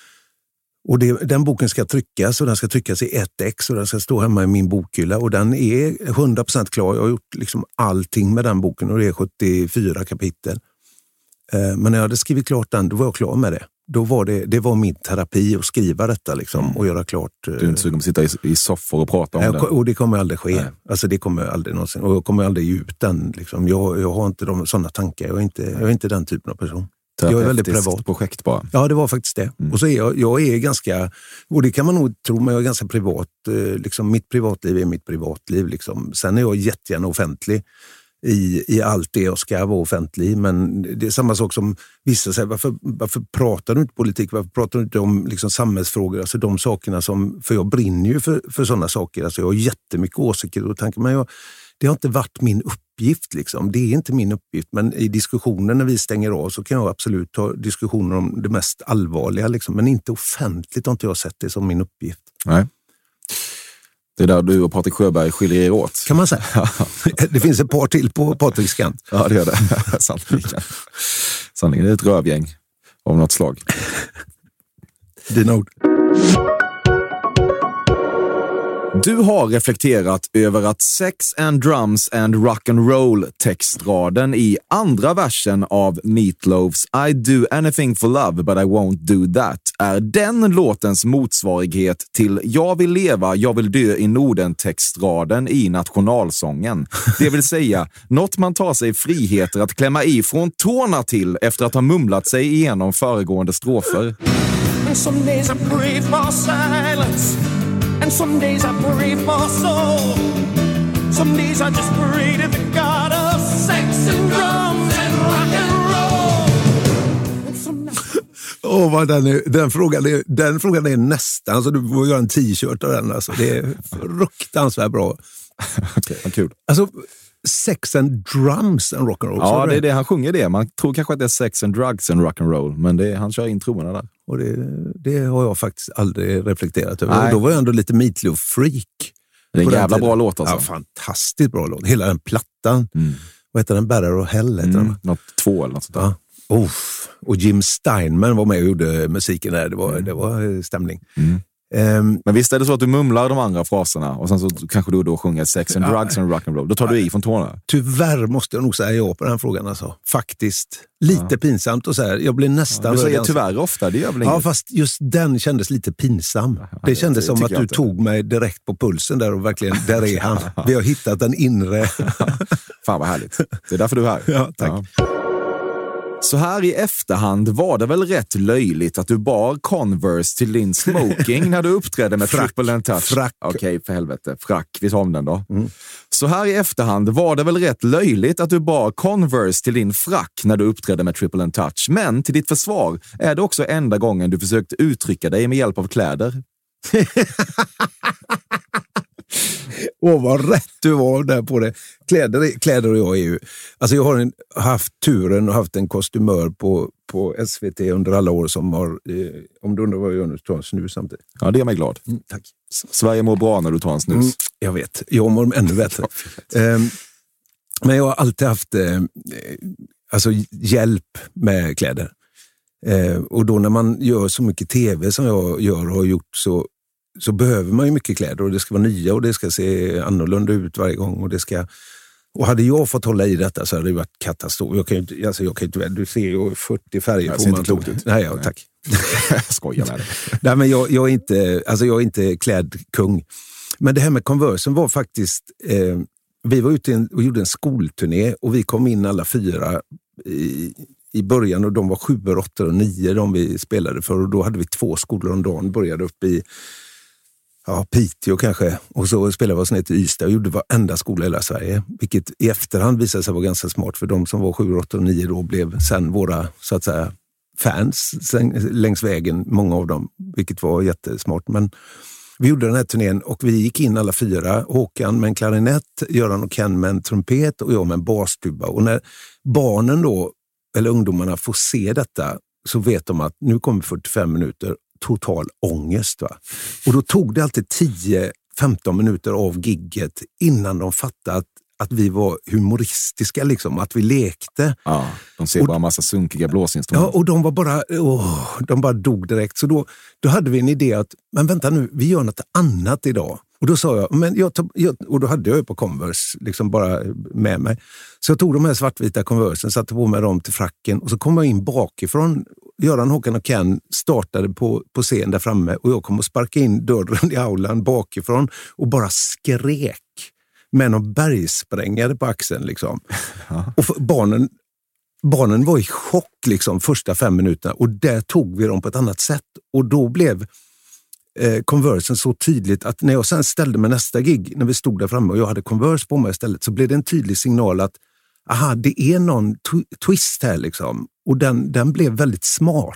Och det, den boken ska tryckas och den ska tryckas i ett ex och den ska stå hemma i min bokhylla och den är hundra procent klar. Jag har gjort liksom allting med den boken och det är sjuttiofyra kapitel. Men när jag hade skrivit klart den, då var jag klar med det. Då var det, det var min terapi att skriva detta liksom, mm. och göra klart. Du är inte sugen att sitta i, i soffor och prata om jag, det? Och det kommer aldrig ske. Nej. Alltså det kommer aldrig någonsin. Och jag kommer aldrig ge ut den. Liksom. Jag, jag har inte de, sådana tankar. Jag är, inte, jag är inte den typen av person. Jag är väldigt privat. Projekt bara. Ja, det var faktiskt det. Mm. Och så är jag, jag är ganska, och det kan man nog tro, men jag är ganska privat. Liksom, mitt privatliv är mitt privatliv. Liksom. Sen är jag jättegärna offentlig i, i allt det jag ska vara offentlig. Men det är samma sak som vissa säger, varför, varför pratar du inte politik? Varför pratar du inte om liksom, samhällsfrågor? Alltså de sakerna som, för jag brinner ju för, för sådana saker. Alltså jag har jättemycket åsikter och tankar, men jag, det har inte varit min uppgift liksom. Det är inte min uppgift, men i diskussioner när vi stänger av så kan jag absolut ta diskussioner om det mest allvarliga liksom. Men inte offentligt har inte jag sett det som min uppgift. Nej. Det är där du och Patrik Sjöberg skiljer er åt. Kan man säga. Det finns ett par till på Patriks kant. Ja, det gör det. Sannolikt. Sannolikt är det ett rövgäng av något slag. Dina ord. Du har reflekterat över att Sex and Drums and Rock'n'Roll textraden i andra versen av Meatloafs I do anything for love but I won't do that är den låtens motsvarighet till Jag vill leva, jag vill dö i Norden textraden i nationalsången. Det vill säga, något man tar sig friheter att klämma i från tårna till efter att ha mumlat sig igenom föregående strofer. Some days I pray for silence. And some days I pray for soul. Some days I just pray to the God of sex and drums and rock and roll. Åh, oh, vad den, är, den, frågan är, den frågan är nästan, alltså du får göra en t-shirt av den. Alltså. Det är fruktansvärt bra. Okej, vad kul. Alltså, sex and drums and rock and roll. Ja, det är det. Han sjunger det. Man tror kanske att det är sex and drugs and rock and roll, men det är, han kör in trummorna där. Och det, det har jag faktiskt aldrig reflekterat över. Och då var jag ändå lite Meatloaf-freak. Det är en jävla bra låt alltså. Ja, fantastiskt bra låt. Hela den plattan. Mm. Vad heter den? Better or Hell heter mm, den. Något två eller något sånt där. Ja. Oh. Och Jim Steinman var med och gjorde musiken där. Det var, mm. det var stämning. Mm. Um, men visst är det så att du mumlar de andra fraserna och sen så kanske du då sjunger sex and drugs ja, and rock and roll. Då tar du i från tårna. Tyvärr måste jag nog säga ja på den frågan alltså. Faktiskt. Lite ja. pinsamt och så här. Jag blir nästan... Ja, du säger ganska... tyvärr ofta, det gör väl inget. Ja, fast just den kändes lite pinsam. Ja, det kändes det, som att du inte. tog mig direkt på pulsen där och verkligen, där är han. Vi har hittat en inre... Fan vad härligt. Det är därför du är här. Ja, tack. Ja. Så här i efterhand var det väl rätt löjligt att du bar Converse till din smoking när du uppträdde med frack, Triple and Touch. Frack. Okej, okay, för helvete. Frack, vi tar om den då. Mm. Så här i efterhand var det väl rätt löjligt att du bar Converse till din frack när du uppträdde med Triple and Touch. Men till ditt försvar är det också enda gången du försökte uttrycka dig med hjälp av kläder. Åh, oh, vad rätt du var där på det. Kläder, kläder och jag är ju... Alltså jag har en, haft turen och haft en kostymör på, på S V T under alla år som har... Eh, om du undrar vad jag gör nu, tar en snus samtidigt. Ja, det är mig glad. Mm, tack. Sverige mår bra när du tar en snus. Mm, jag vet. Jag mår ännu bättre. eh, men jag har alltid haft eh, alltså hjälp med kläder. Eh, och då när man gör så mycket tv som jag gör och har gjort så, så behöver man ju mycket kläder och det ska vara nya och det ska se annorlunda ut varje gång och det ska... Och hade jag fått hålla i detta så hade det varit katastrof. Jag kan ju inte, alltså jag kan inte, du ser ju fyrtio färger. Jag ser inte klokt ut. Nej, ja, tack. Jag skojar med det. Nej, men jag, jag, är inte, alltså jag är inte klädkung. Men det här med Conversen var faktiskt... Eh, vi var ute och gjorde en skolturné och vi kom in alla fyra i, i början och de var sju, åtta och nio de vi spelade för. Och då hade vi två skolor om dagen. Började upp i... Ja, Piteå kanske. Och så spelade vi oss ner till Ystad och gjorde varenda skola i hela Sverige. Vilket i efterhand visade sig vara ganska smart. För de som var sju, åtta och nio då blev sen våra, så att säga, fans sen, längs vägen. Många av dem. Vilket var jättesmart. Men vi gjorde den här turnén och vi gick in alla fyra. Håkan med en klarinett, Göran och Ken med en trumpet och jag med en bastuba. Och när barnen då, eller ungdomarna får se detta så vet de att nu kommer fyrtiofem minuter total ångest. Va? Och då tog det alltid tio femton minuter av gigget innan de fattade att, att vi var humoristiska, liksom, att vi lekte. Ja, de ser och, bara en massa sunkiga blåsinstrument. Ja, och de var bara, åh, de bara dog direkt. Så då, då hade vi en idé att, men vänta nu, vi gör något annat idag. Och då sa jag, men jag, tog, jag och då hade jag ju på Converse liksom bara med mig. Så jag tog de här svartvita Conversen, satte på mig dem till fracken och så kom jag in bakifrån. Göran, Håkan och Ken startade på, på scen där framme och jag kom och sparka in dörren i aulan bakifrån och bara skrek med någon bergsprängare på axeln liksom. Ja. Och barnen, barnen var i chock liksom första fem minuterna och där tog vi dem på ett annat sätt och då blev eh, Conversen så tydligt att när jag sen ställde mig nästa gig, när vi stod där framme och jag hade Converse på mig istället, så blev det en tydlig signal att aha, det är någon tw- twist här liksom. Och den, den blev väldigt smart.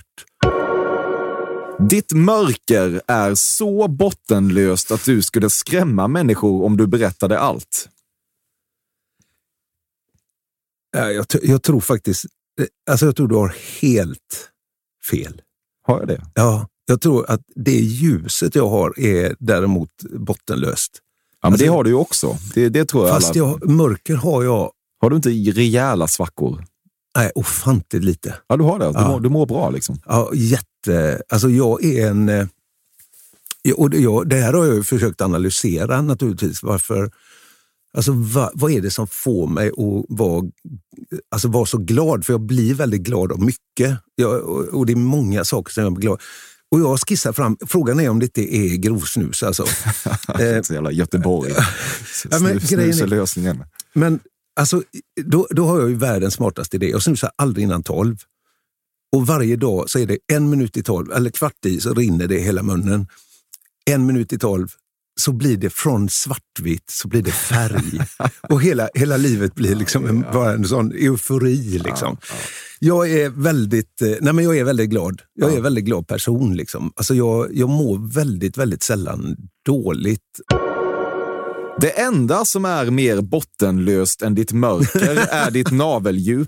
Ditt mörker är så bottenlöst att du skulle skrämma människor om du berättade allt. Jag, jag tror faktiskt, alltså jag tror du har helt fel. Har jag det? Ja, jag tror att det ljuset jag har är däremot bottenlöst. Ja, men alltså, det har du ju också. Det, det tror jag fast alla... jag, mörker har jag... Har du inte rejäla svackor? Nej, ofantligt lite. Ja, du har det. Du, ja. mår, du mår bra liksom. Ja, jätte... Alltså jag är en... Och jag, det här har jag ju försökt analysera naturligtvis. Varför... Alltså va, vad är det som får mig att vara, alltså vara så glad? För jag blir väldigt glad av mycket. Jag, och, och det är många saker som jag blir glad. Och jag skissar fram, frågan är om det inte är grovsnus alltså. eh, så jävla Göteborg. Ja, men snus, snus är lösningen. Men alltså, då, då har jag ju världens smartaste idé. Jag snusar aldrig innan tolv. Och varje dag så är det en minut i tolv, eller kvart i så rinner det i hela munnen. En minut i tolv så blir det från svartvitt så blir det färg. Och hela, hela livet blir liksom en, bara en sån eufori liksom. Ja, ja. Jag är väldigt, nej men jag är väldigt glad. Jag är ja. väldigt glad person liksom. Alltså jag, jag mår väldigt, väldigt sällan dåligt. Det enda som är mer bottenlöst än ditt mörker är ditt naveldjup.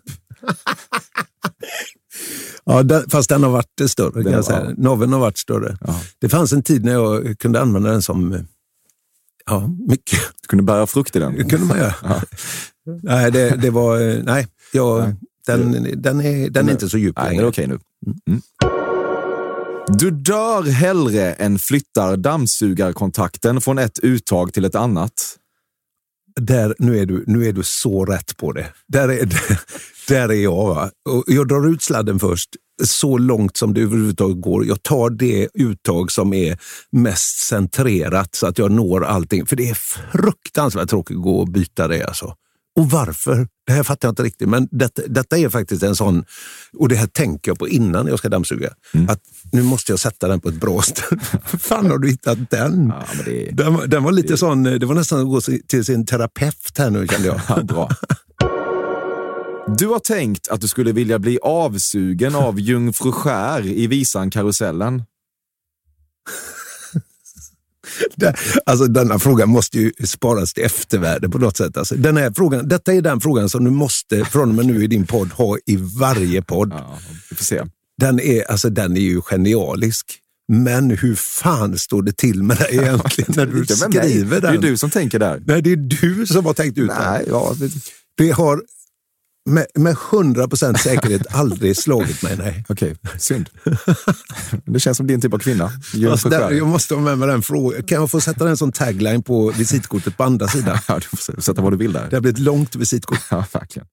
Ja, den, fast den har varit större kan den, jag säga. Ja. Naveln har varit större. Ja. Det fanns en tid när jag kunde använda den som, ja, mycket. Du kunde bära frukt i den. Det kunde man göra. Ja. Nej, det, det var, nej, jag, nej. Den, den, är, den är inte så djup längre. Nej, det är okej nu. Mm. Du dör hellre än flyttar dammsugarkontakten från ett uttag till ett annat. Där, nu är du, nu är du så rätt på det. Där är, det, där är jag. Va? Och jag drar ut sladden först så långt som det överhuvudtaget går. Jag tar det uttag som är mest centrerat så att jag når allting. För det är fruktansvärt tråkigt att gå och byta det alltså. Och varför? Det här fattar jag inte riktigt. Men detta, detta är faktiskt en sån, och det här tänker jag på innan jag ska dammsuga. Mm. Att nu måste jag sätta den på ett bra ställe. Fan har du hittat den? Ja, men det, den, den var lite det, sån, det var nästan att gå till sin terapeut här nu kände jag. Ja, bra. Du har tänkt att du skulle vilja bli avsugen av Jungfru Skär i visan Karusellen. Alltså denna frågan måste ju sparas till eftervärlden på något sätt. Alltså, den här frågan, detta är den frågan som du måste från och med nu i din podd ha i varje podd. Ja, vi får se. Den är, alltså, den är ju genialisk. Men hur fan står det till med det egentligen när du skriver den? Det är du som tänker där. Nej, det är du som har tänkt ut Nej, den. ja, det... det har med, med hundra procent säkerhet aldrig slagit mig, nej. Okej, okay, synd. Det känns som din typ av kvinna. Alltså, där, jag måste ha med mig den frågan. Kan jag få sätta en sån tagline på visitkortet på andra sidan? Ja, du får sätta vad du vill där. Det har blivit ett långt visitkort. Ja, verkligen.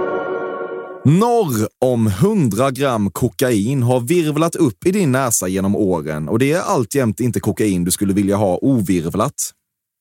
Norr om hundra gram kokain har virvlat upp i din näsa genom åren och det är alltjämt inte kokain du skulle vilja ha ovirvlat.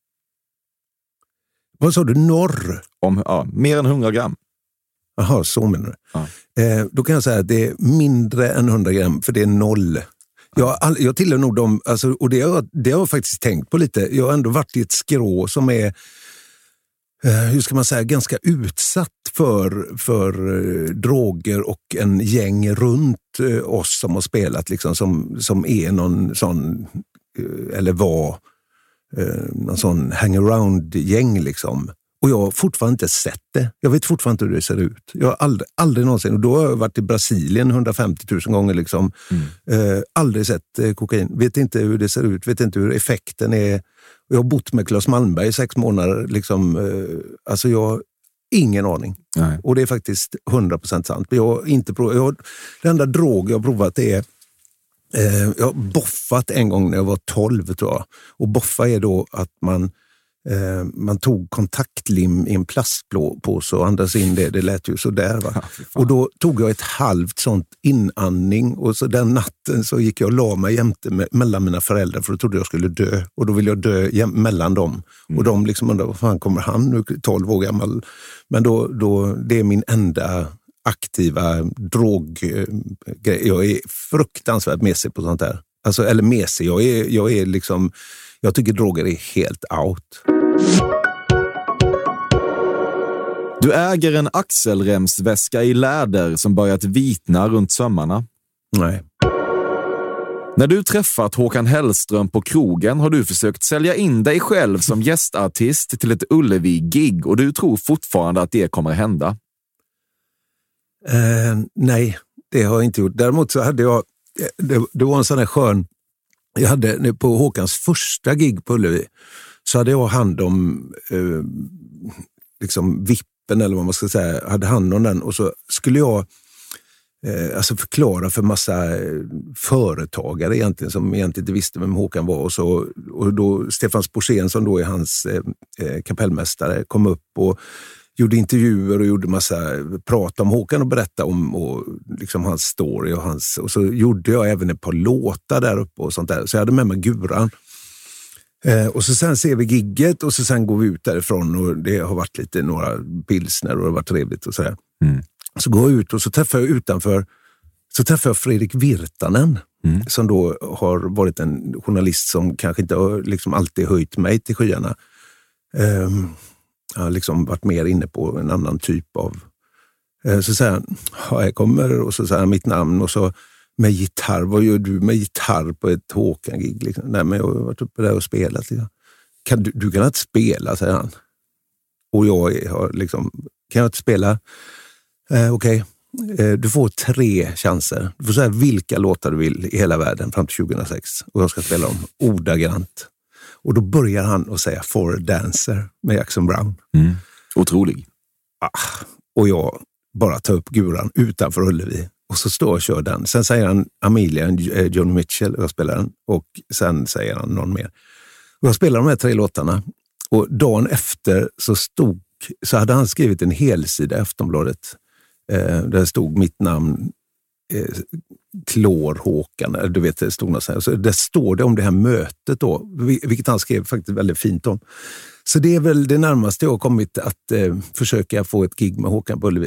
Vad sa du? Norr? Om, ja, mer än hundra gram. Jaha, så menar du. Ja. Eh, då kan jag säga att det är mindre än hundra gram, för det är noll. Jag, all, jag tillhör nog dem, alltså, och det har, det har jag faktiskt tänkt på lite. Jag har ändå varit i ett skrå som är, eh, hur ska man säga, ganska utsatt för, för eh, droger och en gäng runt eh, oss som har spelat, liksom, som, som är någon sån, eh, eller var, eh, någon sån hangaround-gäng liksom. Och jag har fortfarande inte sett det. Jag vet fortfarande inte hur det ser ut. Jag har aldrig, aldrig någonsin, och då har jag varit i Brasilien hundrafemtio tusen gånger liksom. Mm. Eh, aldrig sett eh, kokain. Vet inte hur det ser ut, vet inte hur effekten är. Jag har bott med Claes Malmberg i sex månader liksom. Eh, alltså jag har ingen aning. Nej. Och det är faktiskt hundra procent sant. Jag har inte provat, jag har, det enda drog jag har provat är eh, jag har boffat en gång när jag var tolv tror jag. Och boffa är då att man Eh, man tog kontaktlim i en plastpåse och andades in det, det lät ju så där va. Ja, och då tog jag ett halvt sånt inandning och så den natten så gick jag och la mig jämte med, mellan mina föräldrar för då trodde jag skulle dö och då ville jag dö jäm, mellan dem mm. och de liksom undrade, vad fan kommer han nu tolv år gammal, men då, då det är min enda aktiva droggrej. Jag är fruktansvärt mesig på sånt här, alltså, eller mesig, jag är, jag är liksom jag tycker droger är helt out. Du äger en axelremsväska i läder som börjat vitna runt sömmarna. Nej. När du träffat Håkan Hellström på krogen har du försökt sälja in dig själv som gästartist till ett Ullevi-gig och du tror fortfarande att det kommer hända. Eh, nej, det har jag inte gjort. Däremot så hade jag, det, det var en sån här skön, jag hade på Håkans första gig på Ullevi så hade jag hand om eh, liksom vippen eller vad man ska säga, hade hand om den och så skulle jag eh, alltså förklara för massa företagare egentligen som egentligen inte visste vem Håkan var och så och då Stefan Sporsén som då är hans eh, kapellmästare kom upp och gjorde intervjuer och gjorde massa prat om Håkan och berätta om och liksom hans story och hans och så gjorde jag även ett par låtar där uppe och sånt där. Så jag hade med mig guran. Eh, och så sen ser vi gigget och så sen går vi ut därifrån och det har varit lite några pilsner och det har varit trevligt och sådär. Mm. Så går jag ut och så träffar jag utanför så träffar jag Fredrik Virtanen mm. som då har varit en journalist som kanske inte har liksom alltid höjt mig till skyarna. Eh, Jag har liksom varit mer inne på en annan typ av... Så säger han, ja, jag kommer och så säger han mitt namn och så med gitarr, vad gör du med gitarr på ett Håkan-gig? Liksom. Nej, men jag har varit uppe där och spelat. Liksom. Kan du, du kan inte spela, säger han. Och jag har liksom, kan jag inte spela? Eh, Okej, okay. eh, du får tre chanser. Du får säga vilka låtar du vill i hela världen fram till tjugohundrasex och jag ska spela dem ordagrant. Och då börjar han att säga For a Dancer med Jackson Brown. Mm. Otrolig. Ah, och jag bara tar upp guran utanför Ullevi. Och så står och kör den. Sen säger han Amelia, Joni Mitchell, och jag spelar den. Och sen säger han någon mer. Och jag spelar de här tre låtarna. Och dagen efter så stod, så hade han skrivit en helsida i Aftonbladet. Eh, där stod mitt namn, eh, Klår Håkan, du vet det stod något så här. Så där står det om det här mötet då, vilket han skrev faktiskt väldigt fint om. Så det är väl det närmaste jag har kommit att eh, försöka få ett gig med Håkan på Ullevi.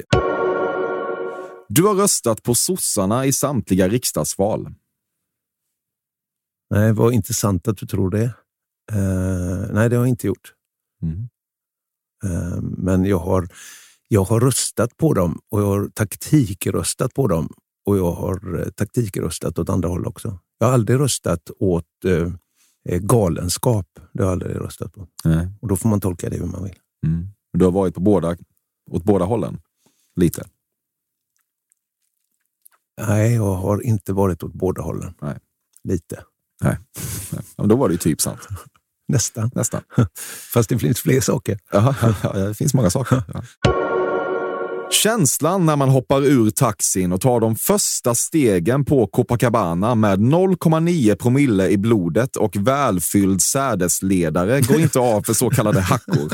Du har röstat på sossarna i samtliga riksdagsval. Nej, vad intressant att du tror det. Uh, nej, det har jag inte gjort. Mm. Uh, men jag har, jag har röstat på dem och jag har taktikröstat på dem. Och jag har taktikröstat åt andra håll också. Jag har aldrig röstat åt eh, galenskap. Det har jag aldrig röstat på. Nej. Och då får man tolka det hur man vill. Mm. Du har varit på båda, åt båda hållen? Lite? Nej, jag har inte varit åt båda hållen. Nej. Lite. Nej. Ja, då var det ju typ sant. Nästan. Nästan. Fast det finns fler saker. Jaha, ja, det finns många saker. Ja. Känslan när man hoppar ur taxin och tar de första stegen på Copacabana med noll komma nio promille i blodet och välfylld sädesledare går inte av för så kallade hackor.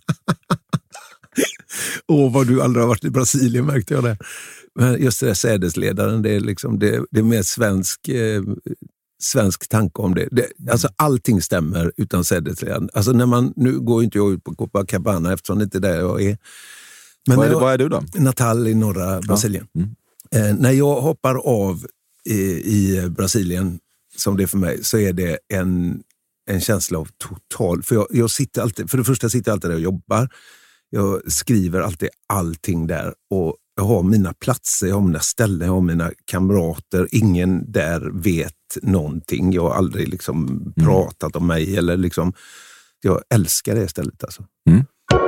Åh, vad du aldrig har varit i Brasilien, märkte jag det. Men just det där sädesledaren, det är, liksom, det, det är mer svensk, eh, svensk tanke om det. det. Alltså allting stämmer utan sädesledaren. Alltså när man, nu går inte jag ut på Copacabana eftersom det inte är där jag är. Men vad, är det, jag, vad är du då? Natal i norra Brasilien. Ja. Mm. Eh, när jag hoppar av i, i Brasilien, som det är för mig, så är det en, en känsla av total... För jag, jag sitter alltid, för det första sitter jag alltid där och jobbar. Jag skriver alltid allting där och jag har mina platser, jag har mina ställen, jag har mina kamrater. Ingen där vet någonting. Jag har aldrig liksom mm. pratat om mig eller liksom... Jag älskar det stället alltså. Mm.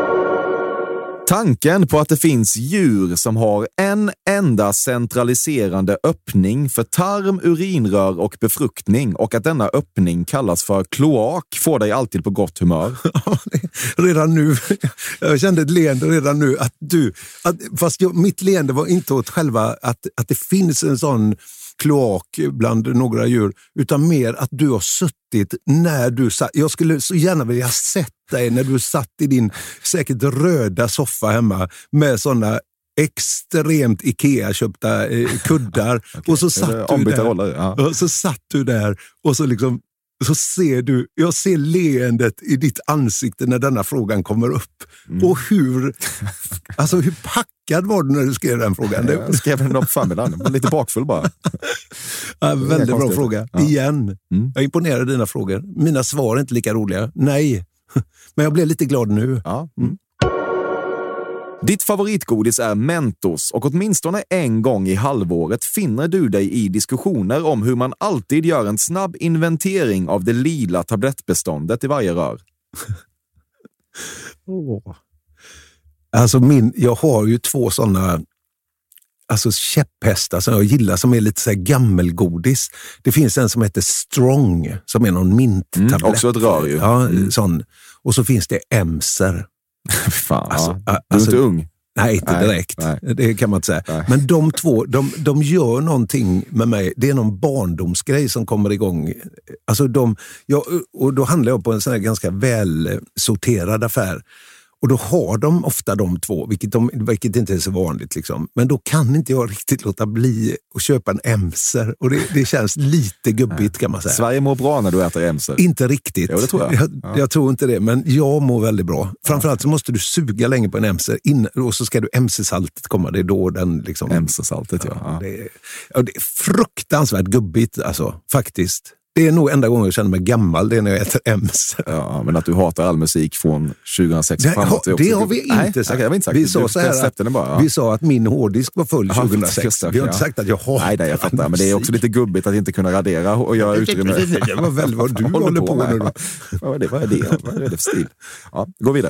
Tanken på att det finns djur som har en enda centraliserande öppning för tarm, urinrör och befruktning och att denna öppning kallas för kloak får dig alltid på gott humör. Redan nu, jag kände ett leende redan nu att du, att, fast jag, mitt leende var inte åt själva att, att det finns en sån kloak bland några djur, utan mer att du har suttit när du satt, jag skulle så gärna vilja sett dig när du satt i din säkert röda soffa hemma med sådana extremt Ikea-köpta eh, kuddar okay. och så satt du där roller, ja. och så satt du där och så liksom så ser du, jag ser leendet i ditt ansikte när denna frågan kommer upp. Mm. Och hur, alltså hur packad var du när du skrev den frågan? Jag skrev den upp förmiddagen, men lite bakfull bara. Ja, väldigt bra fråga. Ja. Igen. Mm. Jag imponerar dina frågor. Mina svar är inte lika roliga. Nej, men jag blev lite glad nu. Ja. Mm. Ditt favoritgodis är Mentos och åtminstone en gång i halvåret finner du dig i diskussioner om hur man alltid gör en snabb inventering av det lila tablettbeståndet i varje rör. Oh. Alltså min, jag har ju två sådana alltså käpphästar som jag gillar som är lite så här gammelgodis. Det finns en som heter Strong som är någon minttablett. Mm, också ett rör ju. Ja, mm. sån. Och så finns det Emser. Fan, alltså, ja. Du är alltså, inte ung. Nej, inte nej, direkt. Nej. Det kan man inte säga. Nej. Men de två, de, de gör någonting med mig. Det är någon barndomsgrej som kommer igång. Alltså de, jag, och då handlar jag på en sån här ganska väl sorterad affär. Och då har de ofta de två, vilket, de, vilket inte är så vanligt. Liksom. Men då kan inte jag riktigt låta bli att köpa en Emser. Och det, det känns lite gubbigt kan man säga. Sverige mår bra när du äter Emser. Inte riktigt. Jo, det tror jag. Jag, ja. jag tror inte det, men jag mår väldigt bra. Framförallt så måste du suga länge på en Emser in, och så ska du Emsersaltet komma. Det är då den liksom... Emsersaltet, ja. ja. Det, är, ja det är fruktansvärt gubbigt, alltså. Faktiskt. Det är nog enda gången jag känner mig gammal, det är när jag äter Emser. Ja, men att du hatar all musik från tjugohundrasex Nej, framåt. Det, det har vi inte Nej, sagt. Okay, vi, inte sagt. Vi, sa så här att, bara, ja. vi sa att min hårddisk var full Aha, tjugohundrasex. Det, vi har inte sagt att jag har Nej, nej, jag fattar. Men det är också lite gubbigt att inte kunna radera och göra utrymme. Det var väl vad du håller, håller på, på nu då. Vad är det, vad är det, vad är det för stil? Ja, gå vidare.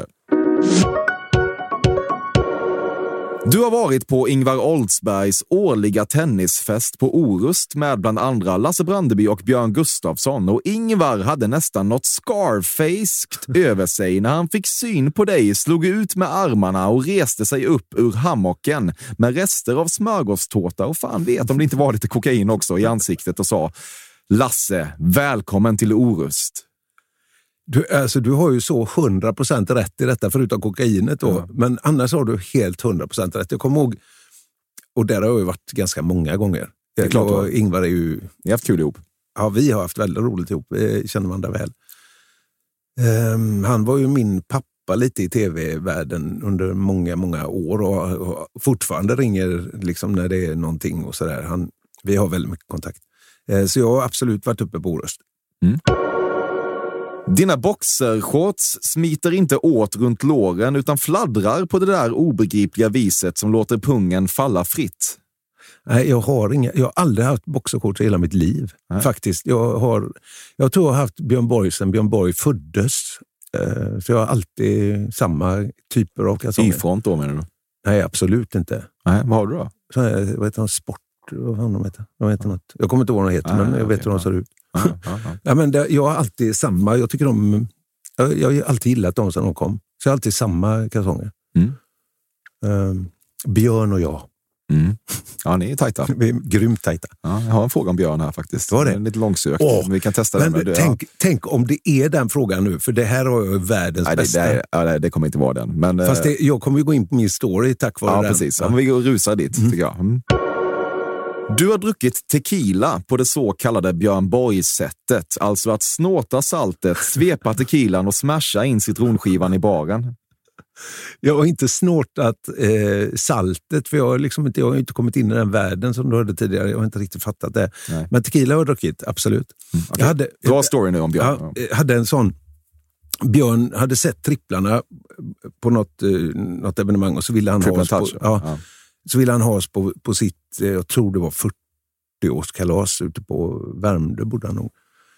Du har varit på Ingvar Oldsbergs årliga tennisfest på Orust med bland andra Lasse Brandeby och Björn Gustafsson, och Ingvar hade nästan något Scarfaced över sig när han fick syn på dig, slog ut med armarna och reste sig upp ur hammocken med rester av smörgåstårta och fan vet om det inte var lite kokain också i ansiktet och sa: Lasse, välkommen till Orust. Du, alltså, du har ju så hundra procent rätt i detta förutom kokainet då. Ja. Men annars har du helt hundra procent rätt. Jag kommer ihåg, och där har jag ju varit ganska många gånger. Det är klart, och Ingvar är ju... Ni har haft kul ihop. Ja, vi har haft väldigt roligt ihop. Det känner man där väl. Um, han var ju min pappa lite i tv-världen under många, många år. Och, och fortfarande ringer liksom när det är någonting och sådär. Han, vi har väldigt mycket kontakt. Uh, så jag har absolut varit uppe på Orust. Mm. Dina boxershorts smiter inte åt runt låren utan fladdrar på det där obegripliga viset som låter pungen falla fritt. Nej, jag har inga, jag har aldrig haft boxershorts i hela mitt liv. Nej. Faktiskt. Jag har, jag tror jag har haft Björn Borg sedan Björn Borg föddes. Uh, så jag har alltid samma typer av kalsonger. Y-front då menar du? Nej, absolut inte. Nej, vad har du då? Så här, vad heter de? Sport? Vad de heter? De heter något. Jag kommer inte ihåg vad de heter, ah, men jag vet okay, hur de ser ut. Ah, ah, ah. Ja, men det, jag har alltid samma. Jag tycker de, jag, jag har alltid gillat dem sedan de kom. Så jag har alltid samma kalsonger. Mm. Um, Björn och jag. Mm. Ja, ni är tajta. Vi är grymt tajta. Ja, jag har en fråga om Björn här faktiskt. Var det? Den är lite långsökt. Åh, vi kan testa men den. Med tänk, ja. tänk om det är den frågan nu, för det här har jag världens nej, det, bästa. det, ja, nej, det kommer inte vara den. Men, Fast det, jag kommer ju gå in på min story tack vare ja, den. Precis. Ja, men vi går och rusar dit, mm. tycker jag. Mm. Du har druckit tequila på det så kallade Björn Borg-sättet. Alltså att snåta saltet, svepa tequilan och smasha in citronskivan i baren. Jag har inte snortat eh, saltet, för jag har, liksom inte, jag har inte kommit in i den världen som du hörde tidigare. Jag har inte riktigt fattat det. Nej. Men tequila har jag druckit, absolut. Mm, okay. Jag hade, Dra story nu om Björn. Jag hade en sån... Björn hade sett tripplarna på något, eh, något evenemang och så ville han ha oss på, ja, ja. Så ville han ha oss på, på sitt, eh, jag tror det var fyrtio-årskalas ute på Värmdö bodde han nog.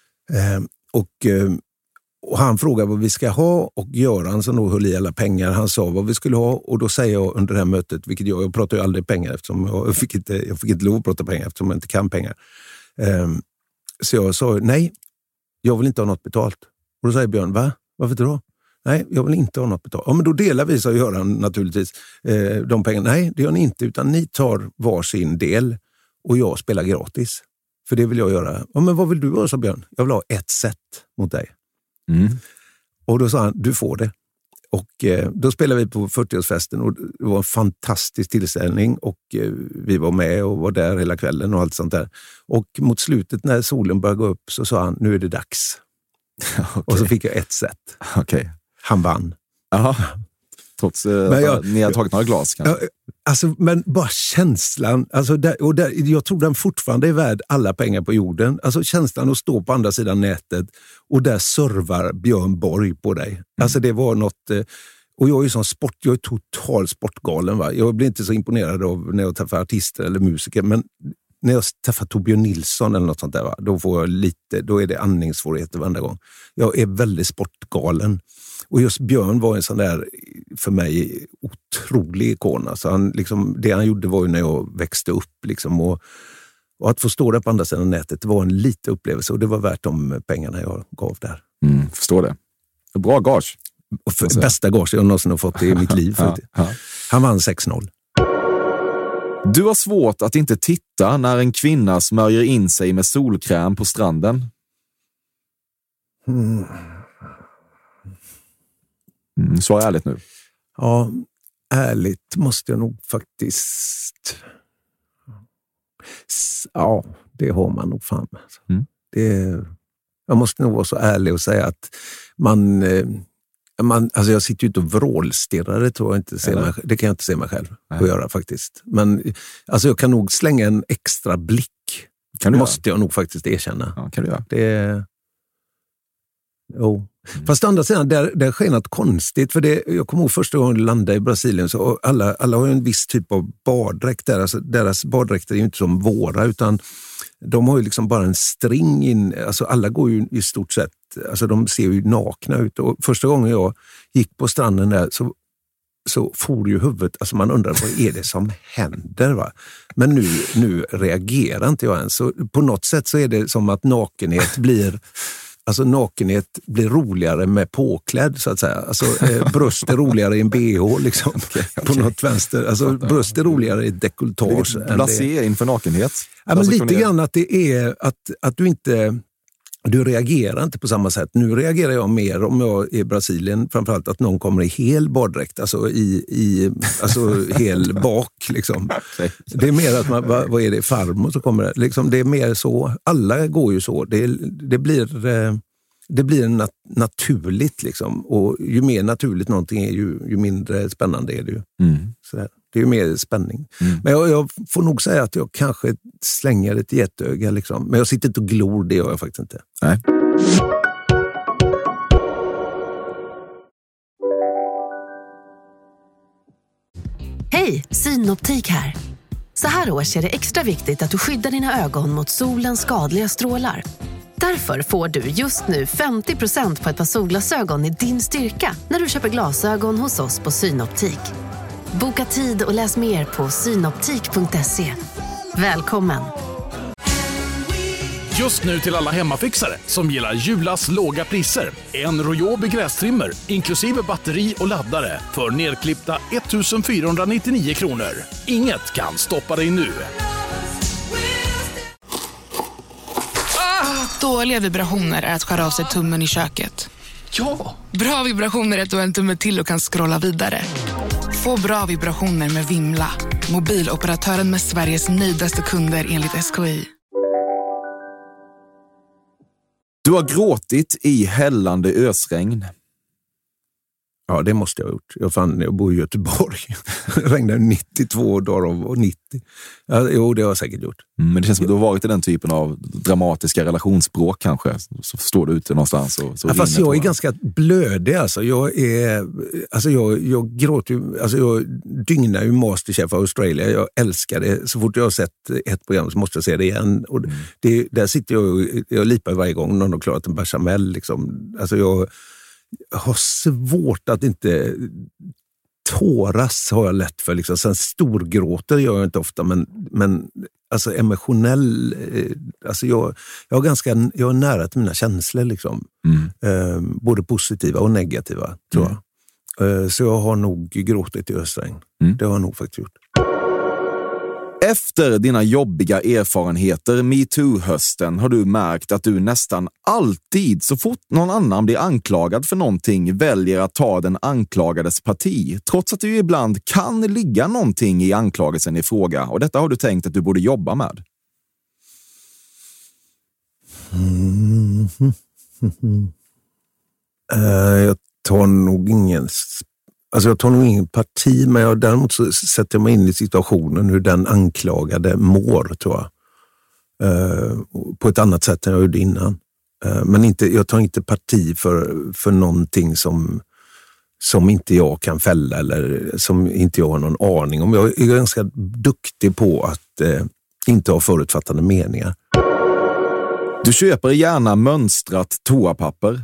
Eh, och... Eh, Och han frågade vad vi ska ha och Göran som nog höll i alla pengar, han sa vad vi skulle ha och då säger jag under det här mötet, vilket jag, jag pratar ju aldrig pengar eftersom jag fick inte, jag fick inte lov att prata pengar eftersom jag inte kan pengar. Um, så jag sa nej, jag vill inte ha något betalt. Och då säger Björn, va? Varför inte då? Nej, jag vill inte ha något betalt. Ja, men då delar vi, så Göran naturligtvis, eh, de pengarna. Nej, det gör ni inte, utan ni tar varsin del och jag spelar gratis. För det vill jag göra. Ja, men vad vill du ha, sa Björn? Jag vill ha ett set mot dig. Mm. Och då sa han, du får det. Och eh, då spelade vi på fyrtioårsfesten och det var en fantastisk tillställning och eh, vi var med och var där hela kvällen och allt sånt där. Och mot slutet när solen började gå upp så sa han, nu är det dags. Okay. Och så fick jag ett set. Okay. Han vann. Aha. Trots eh, att jag, ni har tagit några glas kanske. Ja, alltså, men bara känslan, alltså där, och där, jag tror den fortfarande är värd alla pengar på jorden. Alltså känslan att stå på andra sidan nätet och där servar Björn Borg på dig. Mm. Alltså det var något, och jag är ju som sport, jag är total sportgalen va. Jag blir inte så imponerad av när jag träffar artister eller musiker, men när jag träffar Torbjörn Nilsson eller något sånt där va, då får jag lite, då är det andningssvårigheter varenda gång. Jag är väldigt sportgalen. Och just Björn var en sån där, för mig, otrolig ikon. Alltså han, liksom, det han gjorde var ju när jag växte upp. Liksom, och, och att få stå där på andra sidan nätet, det var en liten upplevelse. Och det var värt de pengarna jag gav där. Mm, förstår det. Bra gage. Och för, bästa gage jag någonsin har fått i mitt liv. ja, ja. Han vann sex noll. Du har svårt att inte titta när en kvinna smörjer in sig med solkräm på stranden. Mm. Mm, svara ärligt nu. Ja, ärligt måste jag nog faktiskt... Ja, det har man nog fan. Mm. Det, jag måste nog vara så ärlig och säga att man... man alltså jag sitter ju inte och vrålstirrar, det tror jag inte ser mig, det kan jag inte se mig själv att göra faktiskt. Men alltså jag kan nog slänga en extra blick. Kan du måste göra? Jag nog faktiskt erkänna. Ja, kan du göra? Det... Jo. Mm. Fast å andra sidan, där, där sker något konstigt. För det, jag kommer ihåg första gången jag landade i Brasilien så alla, alla har ju en viss typ av baddräkt där. Alltså, deras baddräkter är ju inte som våra utan de har ju liksom bara en string in. Alltså alla går ju i stort sett, alltså de ser ju nakna ut. Och första gången jag gick på stranden där så, så for ju huvudet, alltså man undrar vad är det som händer va? Men nu, nu reagerar inte jag ens. Så på något sätt så är det som att nakenhet blir... Alltså nakenhet blir roligare med påklädd så att säga. Alltså eh, bröst är roligare i en B H liksom. Okay, okay. På något vänster. Alltså bröst är roligare i dekolletage. Blasé inför nakenhet. Ja, men lite grann att det är att, att du inte... Du reagerar inte på samma sätt. Nu reagerar jag mer om jag är i Brasilien. Framförallt att någon kommer i hel baddräkt. Alltså i, i alltså hel bak liksom. Det är mer att man, vad, vad är det, farmor så kommer det. Liksom, det är mer så. Alla går ju så. Det, det blir, det blir nat- naturligt liksom. Och ju mer naturligt någonting är ju, ju mindre spännande är det ju. Mm. Sådär. Det är ju mer spänning. Mm. Men jag, jag får nog säga att jag kanske slänger ett jätteöga. Liksom. Men jag sitter inte och glor, det gör jag faktiskt inte. Nej. Hej, Synoptik här. Så här års är det extra viktigt att du skyddar dina ögon mot solens skadliga strålar. Därför får du just nu femtio procent på ett par solglasögon i din styrka när du köper glasögon hos oss på Synoptik. Boka tid och läs mer på synoptik punkt se. Välkommen! Just nu till alla hemmafixare som gillar Julas låga priser. En Royobi grästrimmer inklusive batteri och laddare för nedklippta ett fyra nio nio kronor. Inget kan stoppa dig nu. Ah, dåliga vibrationer är att skära av sig tummen i köket. Ja! Bra vibrationer är att du har en tumme till och kan scrolla vidare. Få bra vibrationer med Vimla. Mobiloperatören med Sveriges nöjdaste kunder enligt S K I. Du har gråtit i hällande ösregn. Ja, det måste jag ha gjort. Jag, fann, jag bor i Göteborg. Det regnade nittiotvå dagar av nittio. Ja, jo, det har jag säkert gjort. Mm, men det känns som att du har varit i den typen av dramatiska relationsspråk kanske. Så står du ute någonstans. Och, så ja, fast jag är ganska blödig. Alltså. Jag, är, alltså jag, jag gråter ju, alltså jag dygnar ju Masterchef Australia. Jag älskar det. Så fort jag har sett ett program så måste jag se det igen. Och det, där sitter jag och jag lipar varje gång någon har klarat en bechamel. Liksom. Alltså jag har svårt att inte tåras har jag lätt för. Liksom. Sen storgråter gör jag inte ofta, men, men alltså emotionell, alltså jag, jag, är ganska, jag är nära till mina känslor. Liksom. Mm. Eh, både positiva och negativa, tror mm. jag. Eh, så jag har nog gråtit i ösregn. Mm. Det har jag nog faktiskt gjort. Efter dina jobbiga erfarenheter MeToo-hösten har du märkt att du nästan alltid, så fort någon annan blir anklagad för någonting, väljer att ta den anklagades parti. Trots att du ibland kan ligga någonting i anklagelsen i fråga. Och detta har du tänkt att du borde jobba med. Mm. uh, jag tar nog ingen... Alltså jag tar nog ingen parti, men jag, däremot så sätter jag mig in i situationen hur den anklagade mår, tror jag. Uh, på ett annat sätt än jag gjorde innan. Uh, men inte, jag tar inte parti för, för någonting som, som inte jag kan fälla eller som inte jag har någon aning om. Jag är ganska duktig på att uh, inte ha förutfattade meningar. Du köper gärna mönstrat toapapper.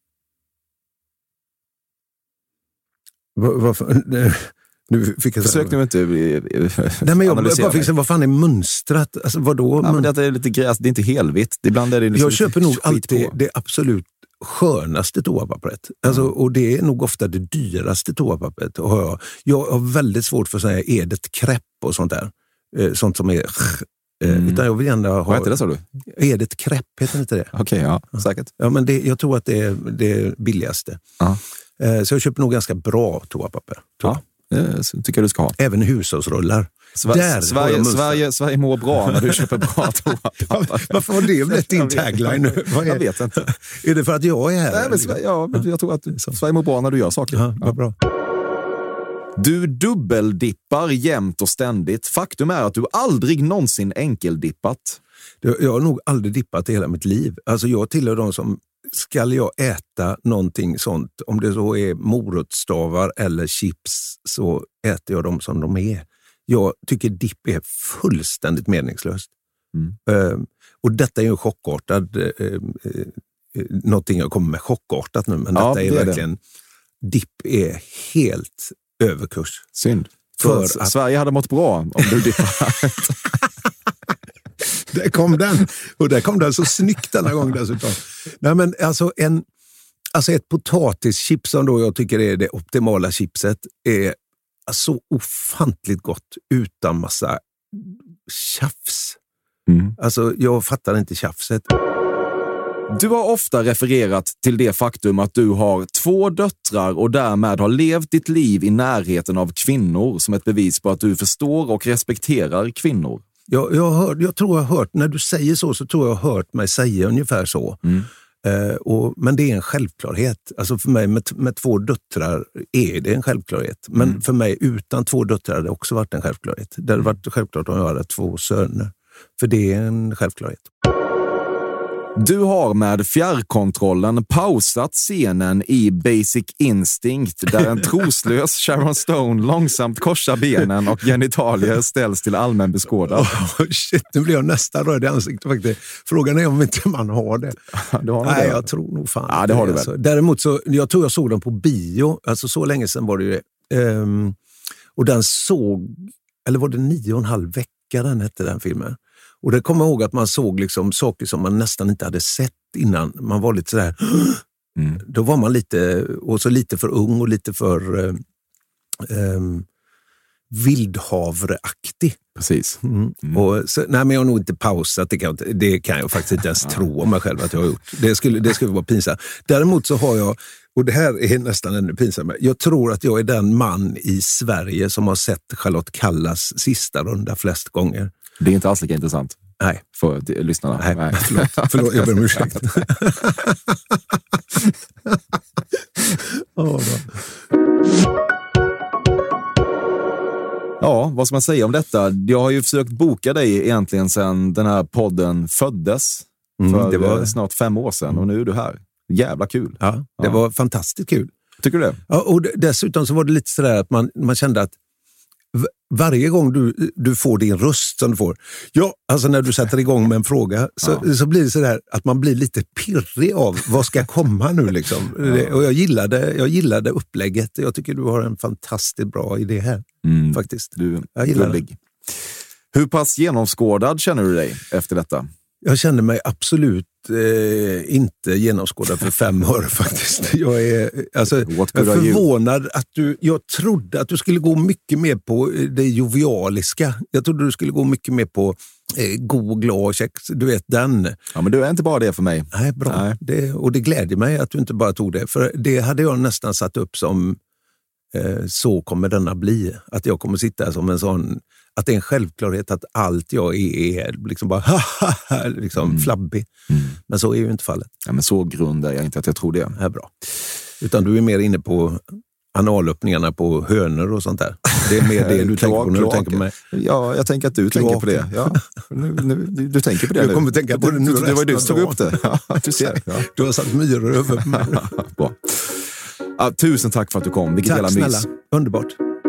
Vad, vad, nu fick jag Försök nu inte Nej, men jag bara fick se, vad fan är mönstrat? Alltså, vadå? Ja, men det är lite gräs, det är inte helvitt. Ibland är det liksom jag köper nog alltid på. Det absolut skönaste toapappret. Alltså, mm. Och det är nog ofta det dyraste toapappret. Och jag, jag har väldigt svårt för att säga edet krepp och sånt där. Sånt som är... Mm. Utan jag vill gärna ha... Vad heter det, sa du? Edet krepp, heter inte det? Okej, okay, ja, säkert. Ja, men det, jag tror att det är det billigaste. Ja. Så jag köper nog ganska bra toapapper. Ja, det tycker jag du ska ha. Även hushållsrollar. Sver- Där Sverige, Sverige, Sverige mår bra när du köper bra toapapper. Varför har det blivit din tagline nu? Vad är? Jag vet inte. Är det för att jag är här? Nej, men Sverige, ja, men jag tror att Sverige mår bra när du gör saker. Ja, vad bra. Du dubbeldippar jämt och ständigt. Faktum är att du aldrig någonsin enkeldippat. Jag har nog aldrig dippat i hela mitt liv. Alltså jag tillhör de som, ska jag äta någonting sånt, om det så är morotstavar eller chips, så äter jag dem som de är. Jag tycker dipp är fullständigt meningslöst. Mm. Uh, och detta är ju en chockartad, uh, uh, någonting jag kommer med chockartat nu, men ja, detta är, det är verkligen, det. Dipp är helt överkurs. Synd. För att Sverige hade mått bra om du dippar. Där kom den. Och där kom den så snyggt denna gång dessutom. Nej, men alltså, en, alltså ett potatischips som då jag tycker är det optimala chipset är så ofantligt gott utan massa tjafs. Mm. Alltså jag fattar inte tjafset. Du har ofta refererat till det faktum att du har två döttrar och därmed har levt ditt liv i närheten av kvinnor som ett bevis på att du förstår och respekterar kvinnor. Jag, jag, hör, jag tror jag har hört, när du säger så så tror jag har hört mig säga ungefär så. Mm. Eh, och, men det är en självklarhet. Alltså för mig med, med två döttrar är det en självklarhet. Men mm. för mig utan två döttrar hade det också varit en självklarhet. Det hade varit självklart om jag hade två söner. För det är en självklarhet. Du har med fjärrkontrollen pausat scenen i Basic Instinct där en troslös Sharon Stone långsamt korsar benen och genitalier ställs till allmän beskådan. Oh, shit, nu blir jag nästan röd i ansiktet faktiskt. Frågan är om inte man har det. Du har Nej, det. jag tror nog fan. Ja, det har du väl. Alltså. Däremot så, jag tror jag såg den på bio. Alltså så länge sedan var det ju det. Um, och den såg, eller var det nio och en halv vecka Snickaren hette den filmen. Och det kommer jag ihåg att man såg liksom saker som man nästan inte hade sett innan. Man var lite sådär... Mm. Då var man lite, och så lite för ung och lite för eh, eh, vildhavreaktig. Precis. Mm. Mm. Och så, nej, men jag har nog inte pausat, det kan, det kan jag faktiskt inte ens tro om mig själv att jag har gjort. Det skulle, det skulle vara pinsamt. Däremot så har jag, och det här är nästan ännu pinsamt, jag tror att jag är den man i Sverige som har sett Charlotte Kallas sista runda flest gånger. Det är inte alls lika intressant. Nej. För de, lyssnarna. Nej, Nej. Förlåt, förlåt, jag ber om ursäkt. oh, ja, vad ska man säga om detta? Jag har ju försökt boka dig egentligen sedan den här podden föddes. Mm, för det var snart fem år sedan och nu är du här. Jävla kul. Ja, det ja. var fantastiskt kul. Tycker du det? Ja, och dessutom så var det lite sådär att man, man kände att varje gång du, du får din röst som du får, ja, alltså när du sätter igång med en fråga så, ja. så blir det sådär att man blir lite pirrig av vad ska komma nu liksom. Ja. Och jag gillade, jag gillade upplägget. Jag tycker du har en fantastiskt bra idé här, mm. faktiskt. Du är gullig. Hur pass genomskådad känner du dig efter detta? Jag känner mig absolut eh, inte genomskådad för fem år faktiskt. Jag är, alltså, jag är förvånad att du, jag trodde att du skulle gå mycket mer på det jovialiska. Jag trodde du skulle gå mycket mer på eh, god, glad, check, du vet den. Ja, men du är inte bara det för mig. Nej, bra. Nej. Det, och det glädjer mig att du inte bara tog det. För det hade jag nästan satt upp som eh, så kommer denna bli. Att jag kommer sitta som en sån... Att det är en självklarhet att allt jag är är liksom bara liksom mm. flabbig. Mm. Men så är ju inte fallet. Ja, men så grundar jag inte att jag tror det. Det är bra. Utan du är mer inne på analöppningarna på hönor och sånt där. Det är mer det du tänker på när du tänker på mig. Ja, jag tänker att du tänker på det. Ja, nu, nu, du, du tänker på det jag nu. Jag kommer tänka på det nu. Det var ju du som tog upp det. Ja, du ser. Ja. Du har satt myror över mig. Bra. Ja, tusen tack för att du kom. Vilket tack jävla mys. Snälla. Underbart.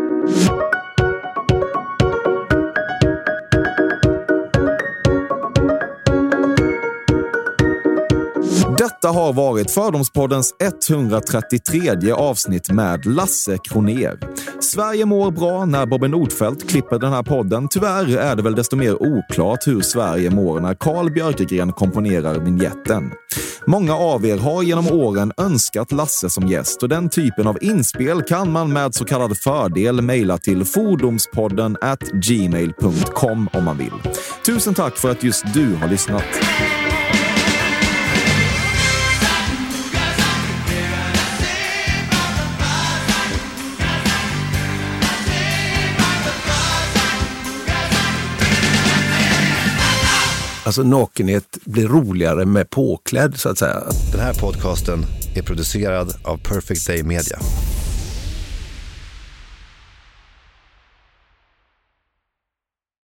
Detta har varit Fördomspoddens etthundratrettiotredje avsnitt med Lasse Kroner. Sverige mår bra när Bobby Nordfeldt klipper den här podden. Tyvärr är det väl desto mer oklart hur Sverige mår när Carl Björkegren komponerar vignetten. Många av er har genom åren önskat Lasse som gäst och den typen av inspel kan man med så kallad fördel mejla till fordomspodden at gmail punkt com om man vill. Tusen tack för att just du har lyssnat. Alltså nakenhet blir roligare med påklädd så att säga. Den här podcasten är producerad av Perfect Day Media.